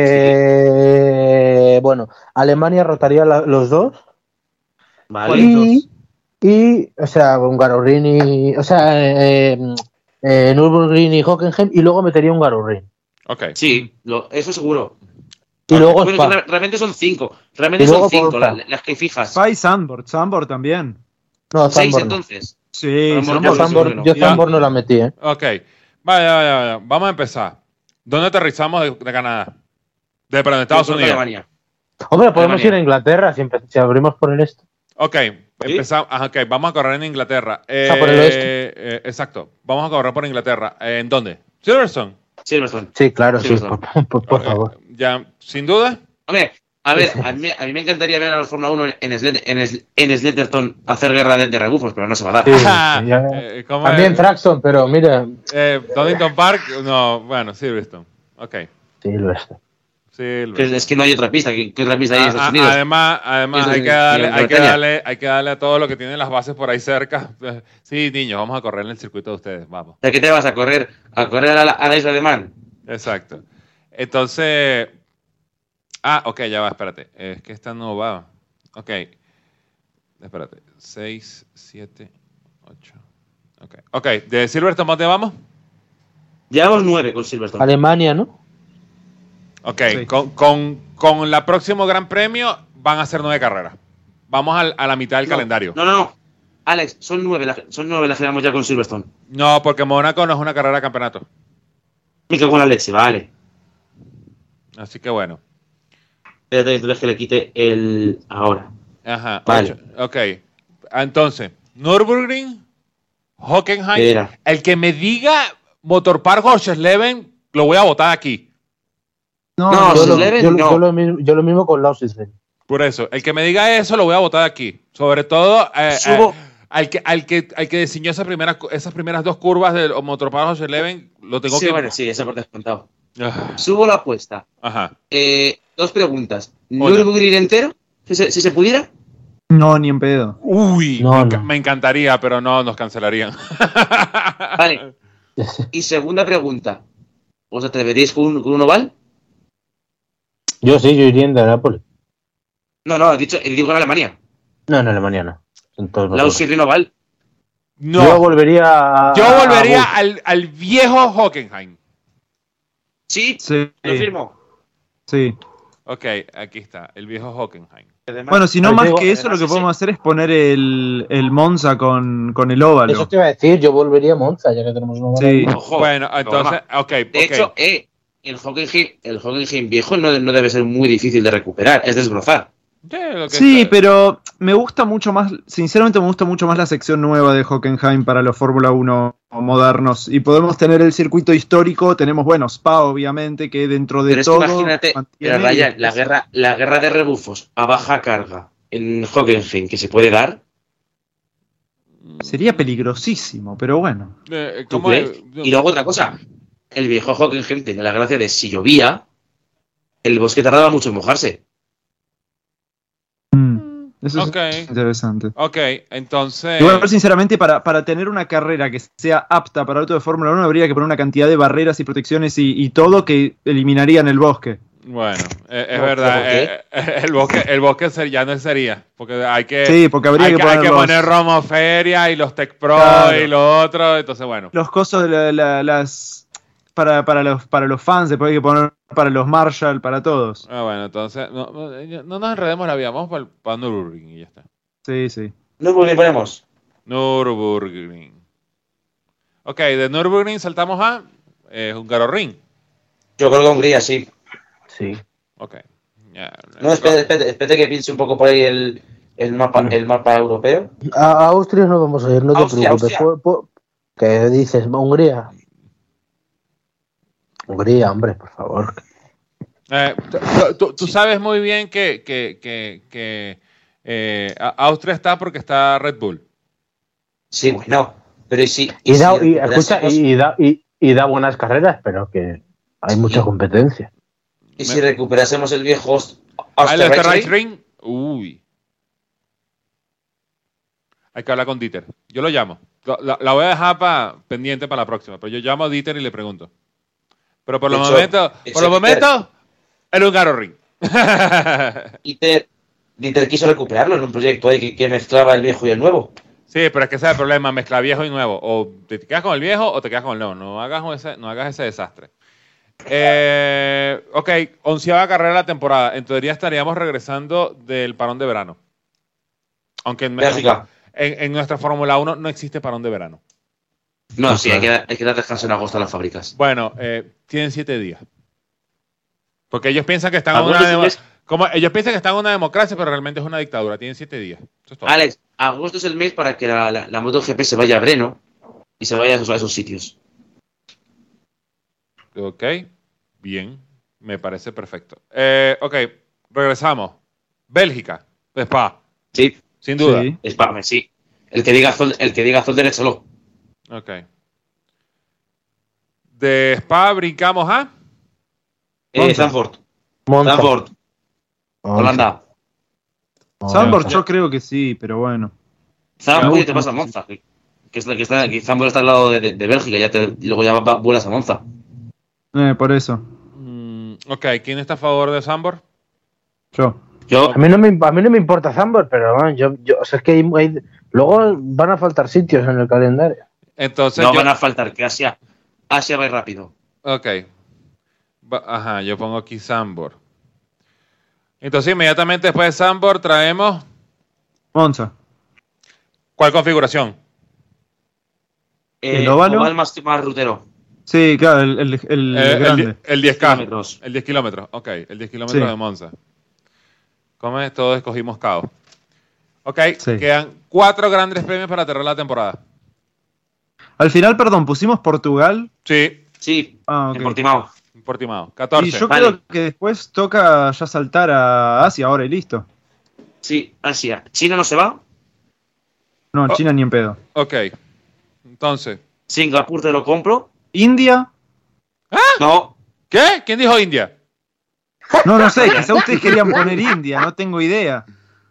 eh, bueno, Alemania rotaría la- los dos. Vale. Y, y, o sea, Hungaroring y, o sea, eh, eh, Nürburgring y Hockenheim, y luego metería un Hungaroring. Ok. Sí, lo- eso seguro. Y luego Bueno, Spa. que re- realmente son cinco. Realmente Y luego son cinco Polska. la- las que fijas. Spa y Sandborg. Sandborg también. No, Seis Zandvoort no. entonces. Sí, Sandborg, Yo Sandborg. Yo Zandvoort, seguro que yo no. Zandvoort no la metí, ¿eh? Ok. Vaya, vaya, vaya. Vamos a empezar. ¿Dónde aterrizamos de, de Canadá? De, perdón, de Estados Yo creo que Unidos. Alemania. Hombre, podemos Alemania. ir a Inglaterra si, empe- si abrimos por el este. Ok. Empezamos. Ajá, ok. Vamos a correr en Inglaterra. Eh, sea, por el oeste. eh, exacto. Vamos a correr por Inglaterra. Eh, ¿En dónde? Silverstone. Silverstone. Sí, claro, Sí, sí, perdón. por, por- por Ok. favor. Ya, sin duda. Hombre, a ver, a mí, a mí me encantaría ver a la Fórmula uno en, Sled, en, Sl- en Sledderton hacer guerra de, de rebufos, pero no se va a dar. Sí, Ajá. sí, ya- Eh, ¿cómo También es? Thraxton, pero mira, Eh, Donington Park. No, bueno, Silverstone. Ok. sí, lo es. Silverstone. Que es que no hay otra pista. ¿Qué, qué otra pista hay en Ah, Estados ah, Unidos? además, además Y hay, eso que es- darle, y en hay, que Bretaña. darle, hay que darle a todo lo que tienen las bases por ahí cerca. Sí, niños, vamos a correr en el circuito de ustedes, vamos. ¿De qué te vas a correr? ¿A correr a la, a la isla de Man? Exacto. Entonces, ah, ok, ya va, espérate. Es que esta no va. Ok, espérate. seis, siete, ocho. Ok, ok. ¿De Silverstone dónde vamos? Llevamos nueve con Silverstone. Alemania, ¿no? Ok, Sí. con, con, con la próximo Gran Premio van a ser nueve carreras. Vamos al- a la mitad del No, calendario. No, no, no. Alex, son nueve, las- son nueve las que llevamos ya con Silverstone. No, porque Mónaco no es una carrera de campeonato. Me cago en la leche, vale. Así que bueno. Espérate, entonces que le quite el ahora. Ajá. Vale. ocho. Ok. Entonces, Nürburgring, Hockenheim. Era. El que me diga Motorpark Horsleben, lo voy a votar aquí. No, No, Yo si lo, Sleven, yo- no. yo lo mismo, yo lo mismo con Lausitzring. Por eso, el que me diga eso, lo voy a votar aquí. Sobre todo eh, Subo- eh, al, que, al, que, al que diseñó esas primeras, esas primeras dos curvas del Motorpark Horsleben, lo tengo Sí, que. vale, sí, esa parte has contado. Ah, Subo la apuesta. Ajá. Eh, dos preguntas. Hola. ¿Nürburgring entero? Si se, si se pudiera. no, ni en pedo. Uy, No, me, enca- no. me encantaría, pero no, nos cancelarían. Vale. Y segunda pregunta. ¿Os atreveríais con un, con un oval? Yo sí, yo iría en Indianápolis. No, no, he dicho, he dicho en Alemania. No, en Alemania no. En todos los La otros. Ausirrin oval. No. Yo volvería a. Yo volvería a- al, al viejo Hockenheim. Sí, Sí, lo firmo. sí. Ok, aquí está, el viejo Hockenheim. Además, Bueno, si no Pero más digo, que eso, lo además que ese- podemos hacer es poner el, el Monza con, con el óvalo. Eso te iba a decir, yo volvería a Monza, ya que tenemos una buena. Sí. ojo, Bueno, entonces, ok, De ok. hecho, eh, el Hockenheim, el Hockenheim viejo no, no debe ser muy difícil de recuperar, es desbrozar. Sí, lo que Sí, está- pero me gusta mucho más, sinceramente me gusta mucho más la sección nueva de Hockenheim para los Fórmula uno modernos. Y podemos tener el circuito histórico, tenemos, bueno, Spa obviamente, que dentro de Pero es que todo... imagínate, mantiene- pero Ryan, la guerra, la guerra de rebufos a baja carga en Hockenheim que se puede dar. Sería peligrosísimo, pero bueno. Eh, ¿Tú ¿cómo crees? es? Y luego otra cosa, el viejo Hockenheim tenía la gracia de si llovía, el bosque tardaba mucho en mojarse. Mm, Eso Ok. es interesante. Ok, entonces. Igual, sinceramente, para, para tener una carrera que sea apta para auto de Fórmula uno, habría que poner una cantidad de barreras y protecciones y, y todo que eliminarían el bosque. Bueno, eh, es No, verdad. ¿por qué? eh, eh, el bosque, el bosque ser- ya no sería. Porque hay que. Sí, porque habría hay que que, hay poner que los- poner Romoferia y los Tech Pro Claro. y lo otro. Entonces, bueno. Los cosos de la- la- las... Para, para, los, para los fans, después hay que poner para los Marshall, para todos. Ah, bueno, entonces. No, no, no nos enredemos la vida. Vamos para, para Nürburgring y ya está. Sí, sí. No pues, ponemos. Nürburgring. Ok, de Nürburgring saltamos a eh, Hungaroring. Yo creo que Hungría sí. Sí. Ok. Ya, No, espérate, espérate, espérate que piense un poco por ahí el, el mapa, el mapa europeo. A, a Austria no vamos a ir, no te Austria, preocupes. Austria. Pu- pu- ¿Qué dices? ¿Hungría? Hungría, hombre, por favor. Eh, tú- tú, tú sabes muy bien que, que, que, que eh, a- Austria está porque está Red Bull. Sí, bueno. Pero y si. Y, si da- y, recuperásemos- escucha, y, y da- y- y da buenas carreras, pero que hay mucha Sí. competencia. ¿Y si recuperásemos el viejo Ost- ¿Al Österreich? Ring? Uy. Hay que hablar con Dieter. Yo lo llamo. La, la voy a dejar pa, pendiente para la próxima, pero yo llamo a Dieter y le pregunto. Pero por De los hecho- momentos, de por hecho, los Dieter- momentos, el Húngaro Ring. Dieter, Dieter quiso recuperarlo en un proyecto ahí que, que mezclaba el viejo y el nuevo. Sí, pero es que ese es el problema, mezclar viejo y nuevo. O te quedas con el viejo o te quedas con el nuevo. No hagas ese, no hagas ese desastre. Eh, ok, onceava carrera de la temporada. En teoría estaríamos regresando del parón de verano. Aunque en, Bélgica. en, en nuestra Fórmula uno no existe parón de verano. No, Pues sí, hay claro. que, hay que dar descanso en agosto a las fábricas. Bueno, eh, tienen siete días. Porque ellos piensan que están en Agosto una es el demo- mes- como ellos piensan que están en una democracia, pero realmente es una dictadura. Tienen siete días. Eso es todo. Alex, agosto es el mes para que la, la, la MotoGP se vaya a Breno y se vaya a esos, a esos sitios. Ok, bien, me parece perfecto. Eh, ok, regresamos. Bélgica, Spa, Sí, sin duda. Sí. es para sí. El que diga azul, el que diga azul derechalo. Ok. De Spa brincamos a Eh, Monza. Zandvoort. Monza. Zandvoort. Monza. Holanda. Zandvoort Monza. yo creo que sí, pero bueno. Zandvoort Me y te gusta vas a mucho. Monza. Que, que, está, que, está, que Zandvoort está al lado de, de, de Bélgica ya te, y luego ya va- vuelas a Monza. Eh, por eso. Mm, ok, ¿quién está a favor de Sambor? Yo. Yo, A mí no me, a mí no me importa Zandvoort, pero bueno, yo, yo, o sea, es que hay, hay- luego van a faltar sitios en el calendario. Entonces no yo, van a faltar, que Asia, Asia va a ir rápido. ok. Va- Ajá, yo pongo aquí Sambor. Entonces inmediatamente después de Sambor traemos Monza. ¿cuál configuración? Eh, ¿El óvalo? oval más, más rutero. Sí, claro, el, el, el Eh, el, grande. die- el diez K. kilómetros. El diez kilómetros. Ok, el diez kilómetros Sí. de Monza. ¿Cómo es? Todos escogimos caos. Ok, Sí. quedan cuatro grandes premios para cerrar la temporada. Al final, perdón, pusimos Portugal. Sí, Sí, Ah, ok. en Portimao. Portimao. Y catorce. yo Vale. creo que después toca ya saltar a Asia ahora y listo. Sí, Asia. China no se va. No, Oh. China ni en pedo. Ok. Entonces. Singapur te lo compro. India. No. ¿Qué? ¿Quién dijo India? No, no sé, quizá ustedes querían poner India, no tengo idea.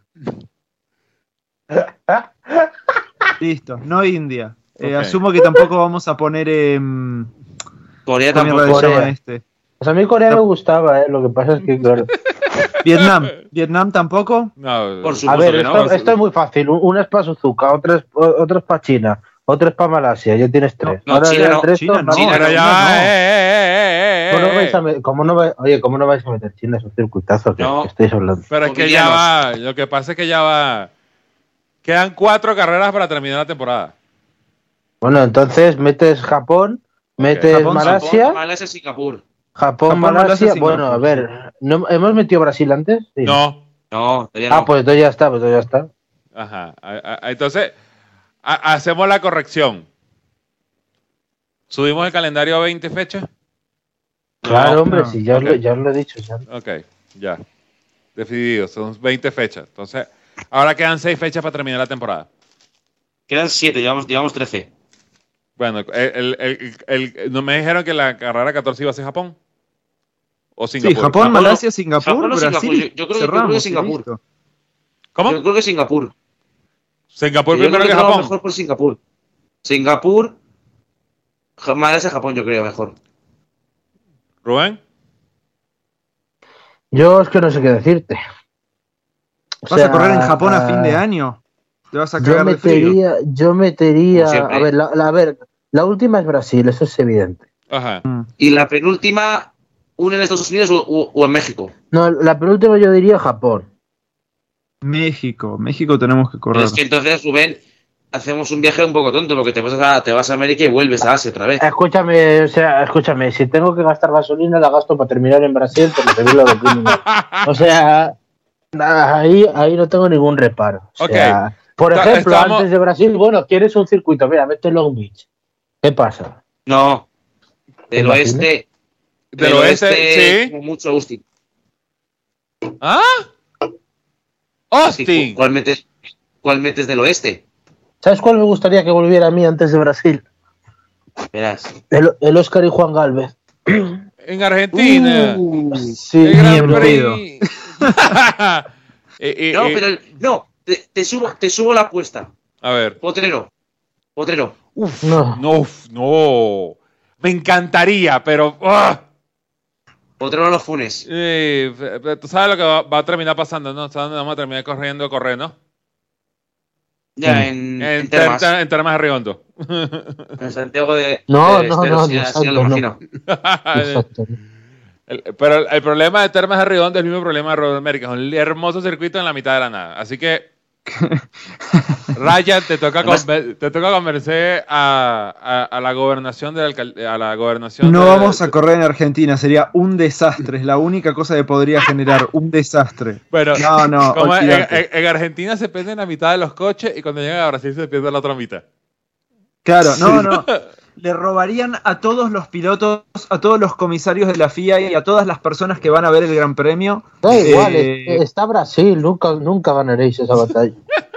Listo, no India. Eh, Ok. Asumo que tampoco vamos a poner eh, Corea ¿cómo mierda tampoco. se llama Corea. este? Pues a mí Corea me gustaba, ¿eh? Lo que pasa es que, claro. Vietnam. Vietnam tampoco. No. Por A supuesto ver, que no. esto, esto es muy fácil. Una es para Suzuka, otra es, otra es para China, otra es para Malasia. Ya tienes tres. No, Ahora China ya el no, resto, China no. vamos. China Pero no, ya. no, no. eh, eh, eh, eh, ¿Cómo no eh, vais eh. a me- cómo no vais- Oye, ¿cómo no vais a meter China? Es un circuitazo que, No. que estáis hablando. Pero es que ya Bolivianos. va. Lo que pasa es que ya va. Quedan cuatro carreras para terminar la temporada. Bueno, entonces metes Japón, metes Japón, Malasia, Japón, Malasia, Singapur. Japón, Japón, Malasia. Malasia, Bueno, Singapur, a ver, ¿no, ¿hemos metido Brasil antes? Sí. No. No, todavía Ah, no. pues entonces ya está, pues entonces ya está. Ajá. A- a- Entonces, ha- hacemos la corrección. Subimos el calendario a veinte fechas. Claro, No, hombre, no. sí, ya, os Ok. lo, ya os lo he dicho. Ya. Ok, ya. Decidido. Son veinte fechas. Entonces, ahora quedan seis fechas para terminar la temporada. Quedan siete, llevamos, llevamos trece. Bueno, el, el- el- el- el- ¿no me dijeron que la carrera catorce iba a ser Japón? ¿O Sí, Singapur? Japón, Japón, Malasia, Singapur, Japón o Brasil. Singapur. Yo- yo creo que- yo creo que cerramos, y Singapur. listo. ¿Cómo? Yo creo que Singapur. Singapur Yo primero creo que que Japón. mejor por Singapur. Singapur. Ja- Malasia, Japón, yo creo mejor. Rubén. Yo es que no sé qué decirte. O ¿Vas sea, a correr en Japón a fin de ah, año? ¿Te vas a Yo cagar de frío? metería, yo metería, Como siempre. a ver, la, la- a ver, la última es Brasil, eso es evidente. Ajá. Mm. Y la penúltima, una en Estados Unidos o, o- o en México. No, la penúltima yo diría Japón. México, México tenemos que Pero correr. es que entonces, Rubén, hacemos un viaje un poco tonto, porque te vas a, te vas a América y vuelves a Asia otra vez. Escúchame, o sea, escúchame, si tengo que gastar gasolina, la gasto para terminar en Brasil, porque te lo de criminal. O sea, nada, ahí, ahí no tengo ningún reparo. O sea, por Está- ejemplo, estamos- antes de Brasil, bueno, quieres un circuito, mira, vete en Long Beach. ¿Qué pasa? No. Del ¿Te oeste. Del oeste, sí. Como mucho Austin. ¿Ah? Sí, Austin. ¿Cuál metes, cuál metes del oeste? ¿Sabes cuál me gustaría que volviera a mí antes de Brasil? Verás. El, el Oscar y Juan Galvez. En Argentina. Uh, sí, el Gran miembro. Prix. Eh, eh, No, eh, pero el- no, te, te subo, te subo la apuesta. A ver. Potrero. Potrero. Uf, No. no, uf, no. Me encantaría, pero. ¡ah! Potrero no lo funes. Eh, pero tú sabes lo que va, va a terminar pasando, ¿no? ¿Sabes dónde vamos a terminar corriendo, correr, no? Ya, en, En, en ter- Termas. ter- en Termas de Riondo. En Santiago de. No, de no, Estero, no, sí, no, así lo no. imagino. Exacto. El- pero el, el problema de Termas de Riondo es el mismo problema de Road America. Es un hermoso circuito en la mitad de la nada. Así que. Ryan, te toca, Además- conven- te toca convencer a, a, a la gobernación de la alcal- a la gobernación No de- vamos a correr en Argentina, sería un desastre. Es la única cosa que podría generar un desastre. Bueno, No, no, como en, olvídate. en- en Argentina se pierde la mitad de los coches y cuando llegan a Brasil se pierde la otra mitad. Claro, no, no. Le robarían a todos los pilotos, a todos los comisarios de la F I A y a todas las personas que van a ver el Gran Premio. Da igual, Eh, es- está Brasil, nunca, nunca ganaréis esa batalla.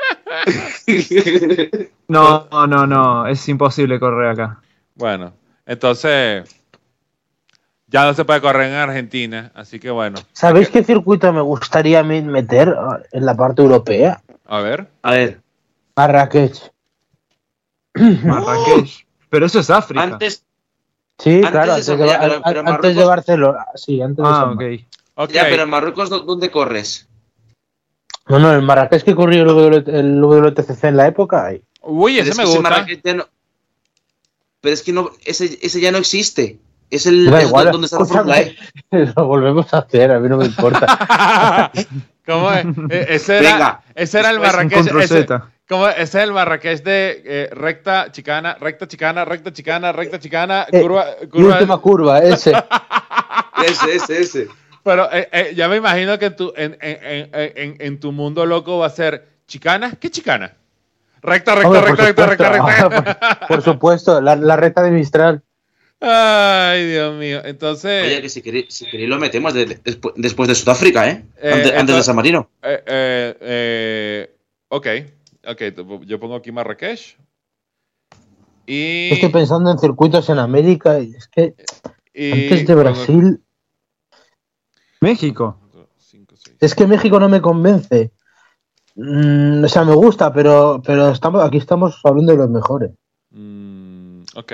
No, no, no, es imposible correr acá. Bueno, entonces ya no se puede correr en Argentina, así que bueno. ¿Sabéis qué circuito me gustaría a mí meter ah, en la parte europea? A ver. A ver, Marrakech. Marrakech. Pero eso es África. antes. Sí, Antes claro, de antes de, Sevilla, Ba- pero- an- pero antes Marruecos- de Barcelona. Sí, antes de Ah, San ok. Marcos. Ok. Ya, pero en Marruecos, ¿dó- ¿dónde corres? No, no, el Marrakech que corrió el, W- el W T C C en la época. ahí. Uy, Pero ese es me que ese gusta. Marrakech ya no- Pero es que no, ese, ese ya no existe. Es el Da es igual, donde está la Fórmula E. escúchame, lo volvemos a hacer, a mí no me importa. ¿Cómo es? E- Ese era, Venga, ese era el después Marrakech. Control Ese, Z. ¿cómo es? Ese es el Marrakech de eh, recta chicana, recta chicana, recta chicana, recta chicana, Eh, curva, Y curva. última curva, ese. Ese, ese, ese. Pero eh, eh, ya me imagino que en tu, en, en, en, en, en tu mundo loco va a ser chicana. ¿Qué chicana? Recta, recta, Hombre, por recta, recta, recta, supuesto, recta. por, por supuesto, la, la recta de Mistral. Ay, Dios mío. Entonces. Oye, que si queréis, si queréis lo metemos de- de- despu- después de Sudáfrica, ¿eh? Eh, antes, antes de entonces- San Marino. Eh, eh, eh, ok, ok, yo pongo aquí Marrakech. Y, Estoy pensando en circuitos en América y es que y antes de pongo- Brasil, México. cinco, seis. es que México no me convence. Mm, o sea, me gusta, pero, pero estamos, aquí estamos hablando de los mejores. Mm, ok.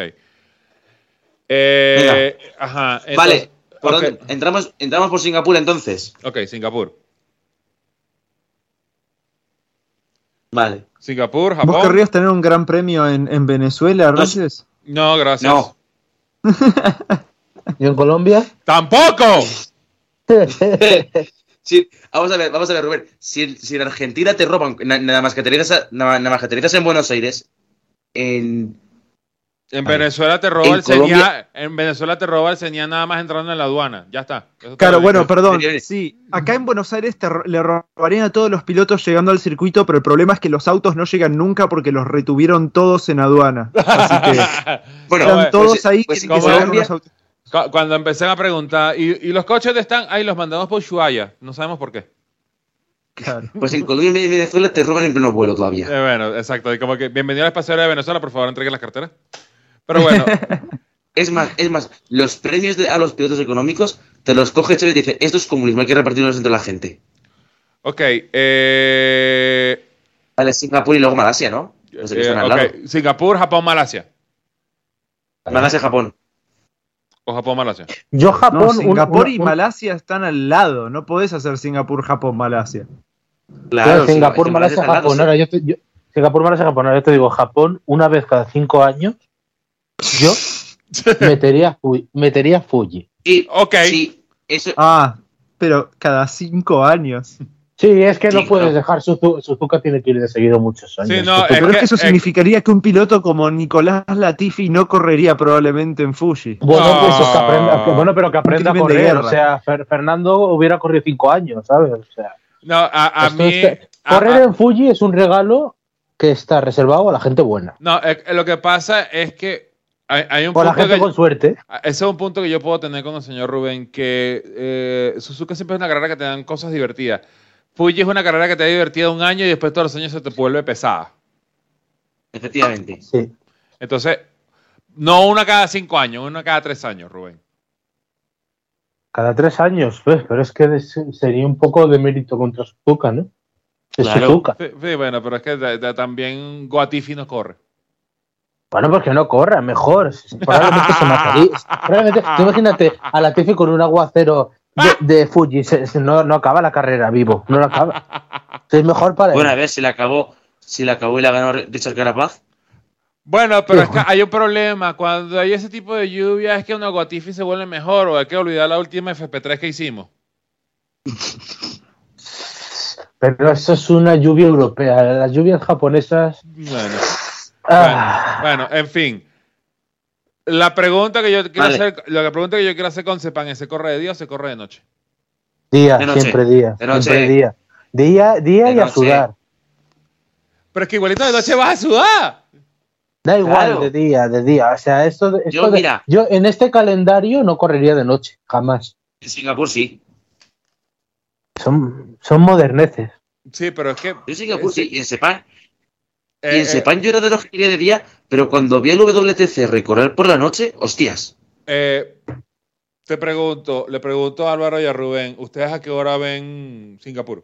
Eh, ajá. Vale, entonces- ¿por ok, dónde? Entramos, entramos por Singapur entonces. ok, Singapur. Vale. Singapur, ¿Vos Japón. querrías tener un gran premio en, en Venezuela, Reyes? No, gracias. No. ¿Y en Colombia? ¡Tampoco! Sí, vamos a ver, vamos a ver, Rubén. Si, si en Argentina te roban, na- nada más que aterrizas, a- nada, nada más que aterrizas en Buenos Aires, en. En Ay. Venezuela te roba En el señal. Colombia- En Venezuela te roba el señal nada más entrando en la aduana. Ya está. Eso te Claro, lo bueno, digo. perdón. Viene, viene. Sí, acá en Buenos Aires te ro- le robarían a todos los pilotos llegando al circuito, pero el problema es que los autos no llegan nunca porque los retuvieron todos en aduana. Así que Bueno, Como están es, todos pues, ahí pues, tienen que como sacar Colombia- unos autos. Cu- Cuando empecé a preguntar, ¿y, y los coches de están? Ahí los mandamos por Ushuaia. No sabemos por qué. Claro. pues en Colombia y Venezuela te roban en pleno vuelo todavía. Eh, bueno, exacto. Y como que bienvenido al espacio aéreo de Venezuela, por favor, entreguen las carteras. Pero bueno, Es más, es más, los premios de- a los pilotos económicos te los coge Chávez y dice, esto es comunismo, hay que repartirlos entre la gente. ok. Eh, Vale, Singapur y luego Malasia, ¿no? No sé qué eh, están al ok. lado. Singapur, Japón, Malasia. Malasia, Japón. O Japón, Malasia. Yo Japón... No, un- Singapur un- y un- Malasia están al lado. No podés hacer Singapur, Japón, Malasia. Claro, sí, Singapur, es que Malasia, está al lado, Japón. sí. Ahora, yo te- yo- Singapur, Malasia, Japón. Ahora yo te digo, Japón, una vez cada cinco años, yo metería, Fu- metería Fuji. Y, Ok. sí, eso, Ah, pero cada cinco años. Sí, es que no Sí, puedes claro. dejar Suzu- Suzuka, tiene que ir de seguido muchos años. Sí, no, Que- es Pero es que- que eso es- significaría que un piloto como Nicolás Latifi no correría probablemente en Fuji. Bueno, No. pues que aprenda, que- bueno, pero que aprenda a crimen de correr. guerra. O sea, Fer- Fernando hubiera corrido cinco años, ¿sabes? O sea, No, a, a esto mí. es- a- correr a- en Fuji es un regalo que está reservado a la gente buena. no, eh, lo que pasa es que hay, hay un O a la punto gente que. con suerte. Ese es un punto que yo puedo tener con el señor Rubén, que eh, Suzuka siempre es una carrera que te dan cosas divertidas. Fuji es una carrera que te da divertida un año y después todos los años se te vuelve pesada. efectivamente. Sí. Entonces, No una cada cinco años, una cada tres años, Rubén. Cada tres años, pues, pero es que des- sería un poco de mérito contra Suzuka, ¿no? De Claro. Suzuka. Sí, sí, bueno, pero es que de- de- también Guatifi no corre. Bueno, pues que no corra, mejor. Probablemente se mataría. Probablemente, tú imagínate a Latifi con un aguacero de, de Fuji, se- se- no, no acaba la carrera vivo, no la acaba. Es mejor para él. Bueno, a ver si la acabó, si la acabó y la ganó Richard Carapaz. Bueno, pero Sí. es que hay un problema. Cuando hay ese tipo de lluvia es que una Guatifi se vuelve mejor o hay que olvidar la última F P tres que hicimos. Pero eso es una lluvia europea. Las lluvias japonesas. Bueno, Ah, bueno, bueno, en fin. La pregunta que yo quiero Vale. hacer, la pregunta que yo quiero hacer con Sepan es: ¿se corre de día o se corre de noche? día, De noche. siempre día. De noche. Siempre día. Día, día De y a noche. sudar. Pero es que igualito de noche vas a sudar. Da igual, Claro. de día, de día. O sea, esto, de- esto Yo, de- mira. yo en este calendario no correría de noche, jamás. En Singapur sí. Son, son moderneces. Sí, pero es que. Yo en Singapur eh, sí. Y en Sepang, eh, y en eh, Sepang yo era de los que quería de día, pero cuando vi el W T C recorrer por la noche, hostias. eh, te pregunto, le pregunto a Álvaro y a Rubén: ¿ustedes a qué hora ven Singapur?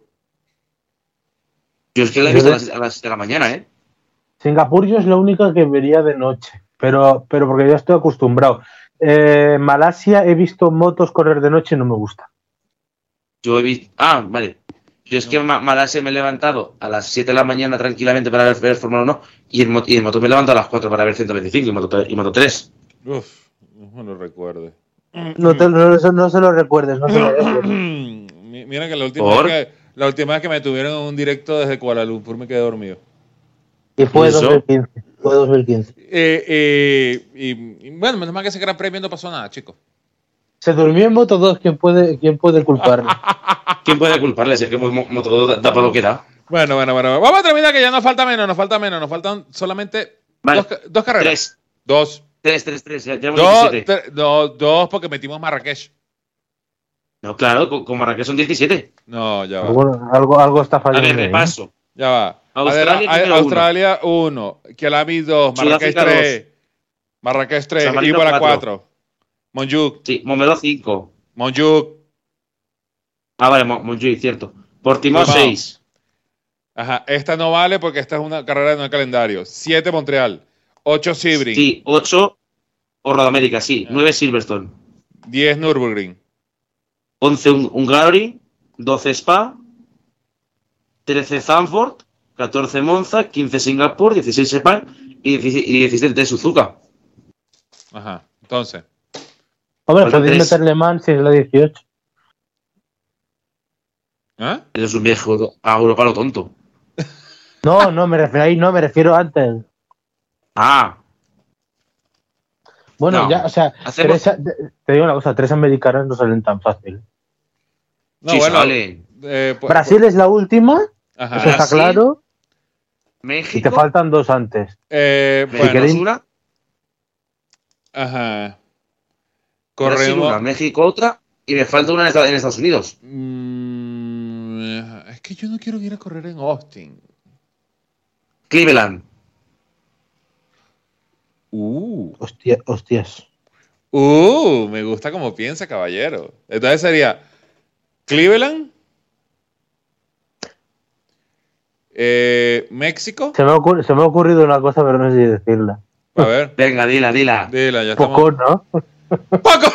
Yo es que la he Yo visto a de- las, a las de la mañana, ¿eh? Singapur yo es la única que vería de noche, pero, pero porque yo estoy acostumbrado. Eh, Malasia he visto motos correr de noche y no me gusta. Yo he visto. Ah, vale. Yo es que en Ma- Malasia me he levantado a las siete de la mañana tranquilamente para ver, ver Fórmula uno y en, mo- y en moto me levanto a las cuatro para ver ciento veinticinco y moto, y moto tres. Uf, no lo recuerde. No, te, no, no, no se lo recuerdes, no se lo recuerdes. Mi- Mira que la última, ¿Por? vez que la última vez que me tuvieron en un directo desde Kuala Lumpur me quedé dormido. Y fue ¿Y eso? dos mil quince. Fue dos mil quince. Eh, eh, y, y bueno, menos mal que ese gran premio no pasó nada, chicos. Se durmió en Moto dos, ¿quién puede, quién puede culparle? ¿Quién puede culparle? Si es que mo- moto dos da, da para lo que da. Bueno, bueno, bueno. Vamos a terminar que ya nos falta menos, nos falta menos. Nos faltan solamente Vale. dos, ca- dos carreras. Tres. Dos. Tres, tres, tres. Ya, ya hemos Dos, diecisiete. tre- no, dos porque metimos Marrakech. No, claro, con, con Marrakech son diecisiete. No, ya va. Bueno, algo, algo está A fallando. ver, ahí, ¿eh? repaso. Ya va. Australia, Adela- número uno. Australia uno. Kialami dos. Marrakech Sudáfrica tres. Marrakech tres. San Marino Iguala cuatro. cuatro. Monjuk. Sí, Montmeló cinco. Monjuk. Ah, vale, Mon- Montjuic, cierto. Portimao Portimao. seis. Ajá. Esta no vale porque esta es una carrera de no calendario. siete Montreal. ocho Sebring. Sí, ocho. O Rodamérica, sí. Ah. nueve Silverstone. diez Nürburgring. once Un- Hungary. doce Spa. trece Zandvoort. catorce Monza. quince Singapur. dieciséis Sepang. Y diecisiete Suzuka. Ajá. Entonces. Hombre, Faltan podéis tres. meterle man si es la dieciocho. ¿Ah? Eres un viejo a Europa lo tonto. No, no, me refiero ahí, no, me refiero antes. Ah, Bueno, No. ya, o sea, Hacemos- tres, te te digo una cosa, tres americanas no salen tan fácil. No, sí, bueno. sale. eh, pues- Brasil es la última, Ajá. eso está Brasil, claro, y México. te faltan dos antes. Eh, México bueno, es una. ajá. Brasil Corremos. una. México otra. Y me falta una en Estados, en Estados Unidos. Mm, es que yo no quiero ir a correr en Austin. Cleveland. Uh, Hostia, hostias. uh, me gusta como piensa, caballero. Entonces sería Cleveland, eh, México. Se me, ha ocurri- se me ha ocurrido una cosa, pero no sé si decirla. A ver, Venga, dila, dila. dila, ya Poco, estamos. ¿no? ¡Poco!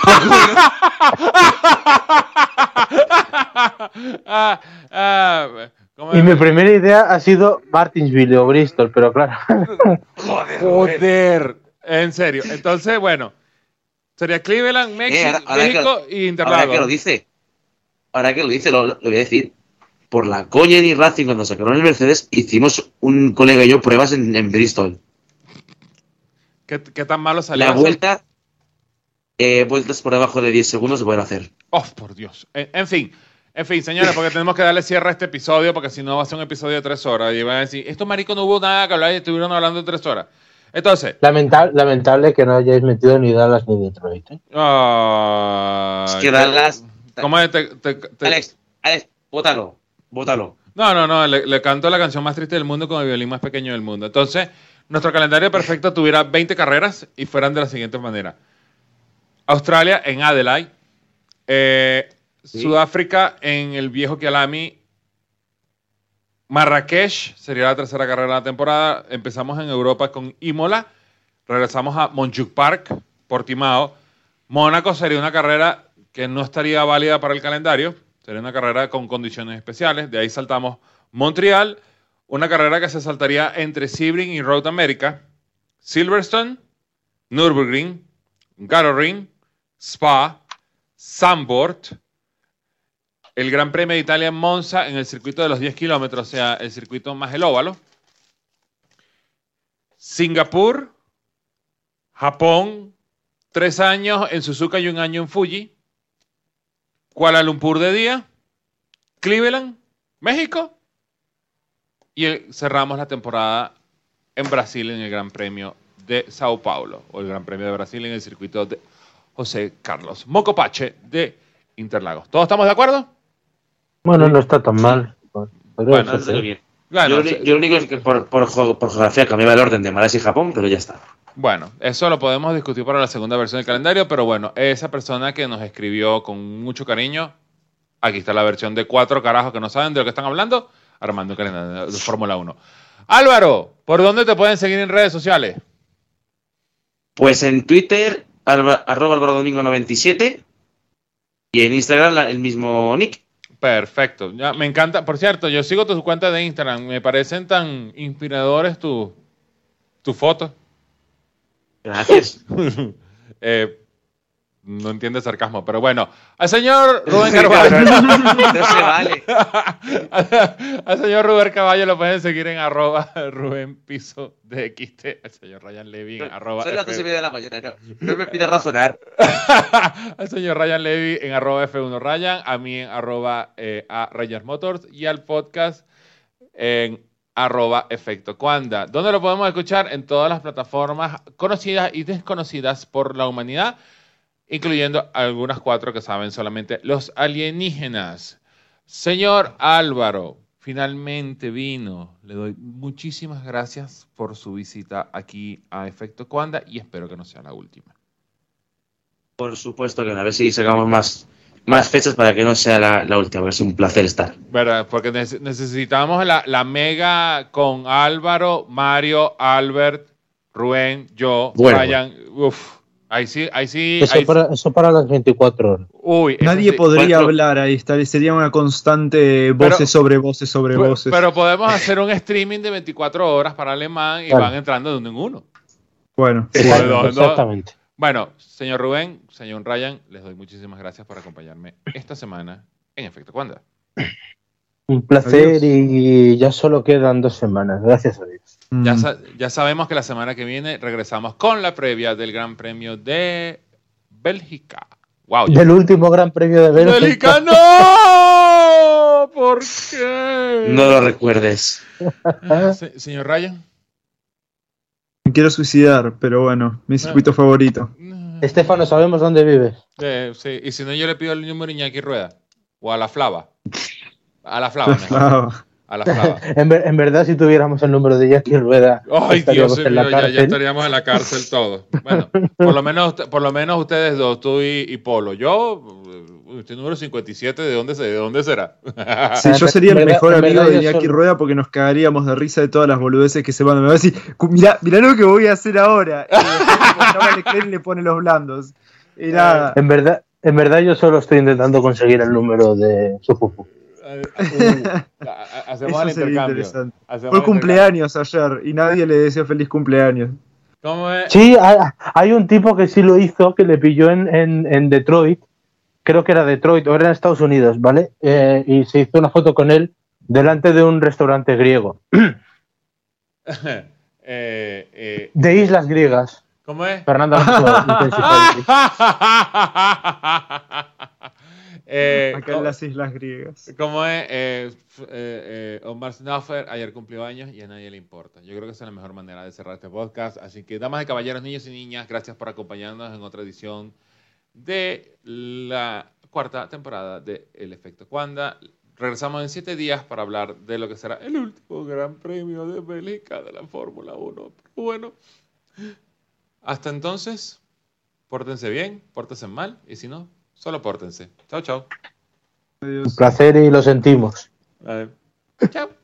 ah, ah, ¿cómo Y es? mi primera idea ha sido Martinsville o Bristol, pero claro. Joder, joder. Joder, en serio. Entonces, bueno, sería Cleveland, México, Eh, ahora- ahora México y Ahora que lo Interlagos. dice. Ahora que lo dice, lo, lo voy a decir. Por la coña de Racing, cuando sacaron el Mercedes, hicimos un colega y yo pruebas en, en Bristol. ¿Qué, qué tan malo salió? La eso? vuelta, eh, vueltas por debajo de diez segundos se pueden hacer. Oh, por Dios. En, en fin, en fin, señores, porque tenemos que darle cierre a este episodio, porque si no va a ser un episodio de tres horas. Y van a decir, estos maricos no hubo nada que hablar y estuvieron hablando de tres horas. Entonces, Lamentable, lamentable que no hayáis metido ni Dallas ni Detroit. ¿eh? ah, Es que Dallas- ¿Cómo es? Te- te- te- Alex, Alex, bótalo, bótalo. No, no, no, le, le canto la canción más triste del mundo con el violín más pequeño del mundo. Entonces, nuestro calendario perfecto tuviera veinte carreras y fueran de la siguiente manera. Australia en Adelaide, eh, sí. Sudáfrica en el viejo Kialami, Marrakech sería la tercera carrera de la temporada. Empezamos en Europa con Imola, regresamos a Montjuic Park, Portimao. Mónaco sería una carrera que no estaría válida para el calendario, sería una carrera con condiciones especiales. De ahí saltamos Montreal, una carrera que se saltaría entre Sebring y Road America, Silverstone, Nürburgring, Garoring, Spa, Zandvoort, el Gran Premio de Italia en Monza en el circuito de los diez kilómetros, o sea, el circuito más el óvalo, Singapur, Japón, tres años en Suzuka y un año en Fuji, Kuala Lumpur de día, Cleveland, México, y el, cerramos la temporada en Brasil en el Gran Premio de Sao Paulo, o el Gran Premio de Brasil en el circuito de José Carlos Mocopache de Interlagos. ¿Todos estamos de acuerdo? Bueno, no está tan mal. Bueno, está bien. Bueno, yo, yo lo único es que por, por, por geografía cambiaba el orden de Malasia y Japón, pero ya está. Bueno, eso lo podemos discutir para la segunda versión del calendario, pero bueno, esa persona que nos escribió con mucho cariño, aquí está la versión de cuatro carajos que no saben de lo que están hablando, armando el calendario de Fórmula uno. Álvaro, ¿por dónde te pueden seguir en redes sociales? Pues en Twitter, arroba Álvaro Domingo noventa y siete, y en Instagram el mismo nick. Perfecto, ya, me encanta. Por cierto, yo sigo tus cuentas de Instagram, me parecen tan inspiradores tus tu fotos. Gracias. eh, no entiende sarcasmo, pero bueno. Al señor Rubén Carvalho. No se vale. Al señor Rubén Carvalho lo pueden seguir en arroba Rubén Piso de X T. El señor Ryan Levy en arroba. Son las doce y media de la mañana, no. No me pidas razonar. Al señor Ryan Levy en arroba F uno Ryan. A mí en arroba eh, a Rayas Motors. Y al podcast en arroba Efecto Cuanda. ¿Dónde lo podemos escuchar? En todas las plataformas conocidas y desconocidas por la humanidad, incluyendo algunas cuatro que saben solamente los alienígenas. Señor Álvaro, finalmente vino. Le doy muchísimas gracias por su visita aquí a Efecto Cuanda y espero que no sea la última. Por supuesto que no. A ver si sacamos más, más fechas para que no sea la, la última. Es un placer estar. ¿Verdad? Porque necesitamos la, la mega con Álvaro, Mario, Albert, Rubén, yo, bueno, Ryan. Uf. Ahí sí, ahí sí. Eso, ahí para, sí. eso para las veinticuatro horas. Uy, nadie sí. podría Cuatro. hablar ahí, estar, sería una constante voces Pero, sobre voces sobre pero, voces. Pero podemos hacer un streaming de veinticuatro horas para alemán y claro, van entrando de uno en uno. Bueno, Sí, claro, no, no. exactamente. Bueno, señor Rubén, señor Ryan, les doy muchísimas gracias por acompañarme esta semana en Efecto Cuanda. Un placer. Adiós. Y ya solo quedan dos semanas, gracias a Dios. mm, Ya, sa- ya sabemos que la semana que viene regresamos con la previa del Gran Premio de Bélgica. Wow. Del último Gran Premio de ¡Bélgica, Bélgica. no! ¿Por qué? No lo recuerdes. Se- señor Ryan. me quiero suicidar, pero bueno, mi circuito favorito. Estefano, ¿sabemos dónde vives? Eh, sí. Y si no, yo le pido el número a Iñaki Rueda. O a la Flava. A la Flava, mejor. Ah, A la Flava. en, ver- en verdad, si tuviéramos el número de Jackie Rueda, Ay, estaríamos Dios en la mío, ya, ya cárcel. estaríamos en la cárcel todos. Bueno, por lo menos, por lo menos ustedes dos, tú y, y Polo. Yo, eh, estoy número cincuenta y siete, ¿de dónde, se- de dónde será? sí, yo sería el En verdad- mejor en amigo verdad de yo Iñaki solo- Rueda porque nos cagaríamos de risa de todas las boludeces que se van. Me va a decir, "Cu- mirá, mirá lo que voy a hacer ahora. Y después Gustavo Leclerc le pone los blandos. Y nada. En verdad, en verdad, yo solo estoy intentando conseguir el número de su fufu. Eh, uh, a- a- hacemos Eso el sería intercambio. interesante. Hacemos Fue el cumpleaños ayer y nadie le deseó feliz cumpleaños. intercambio. ¿Cómo es? Sí, hay, hay un tipo que sí lo hizo, que le pilló en, en, en Detroit, creo que era Detroit o era en Estados Unidos, ¿vale? Eh, y se hizo una foto con él delante de un restaurante griego, eh, eh, de islas griegas. ¿Cómo es? Fernando Alonso Intensify. eh, Acá en las islas griegas. ¿Cómo es? Eh, f- eh, eh, Omar Snuffer ayer cumplió años y a nadie le importa. Yo creo que esa es la mejor manera de cerrar este podcast. Así que, damas y caballeros, niños y niñas, gracias por acompañarnos en otra edición de la cuarta temporada de El Efecto Cuanda. regresamos en siete días para hablar de lo que será el último Gran Premio de Bélgica de la Fórmula uno. Pero bueno, hasta entonces, pórtense bien, pórtense mal, y si no, solo pórtense. Chao, chao. Un placer y lo sentimos. A ver. Chao.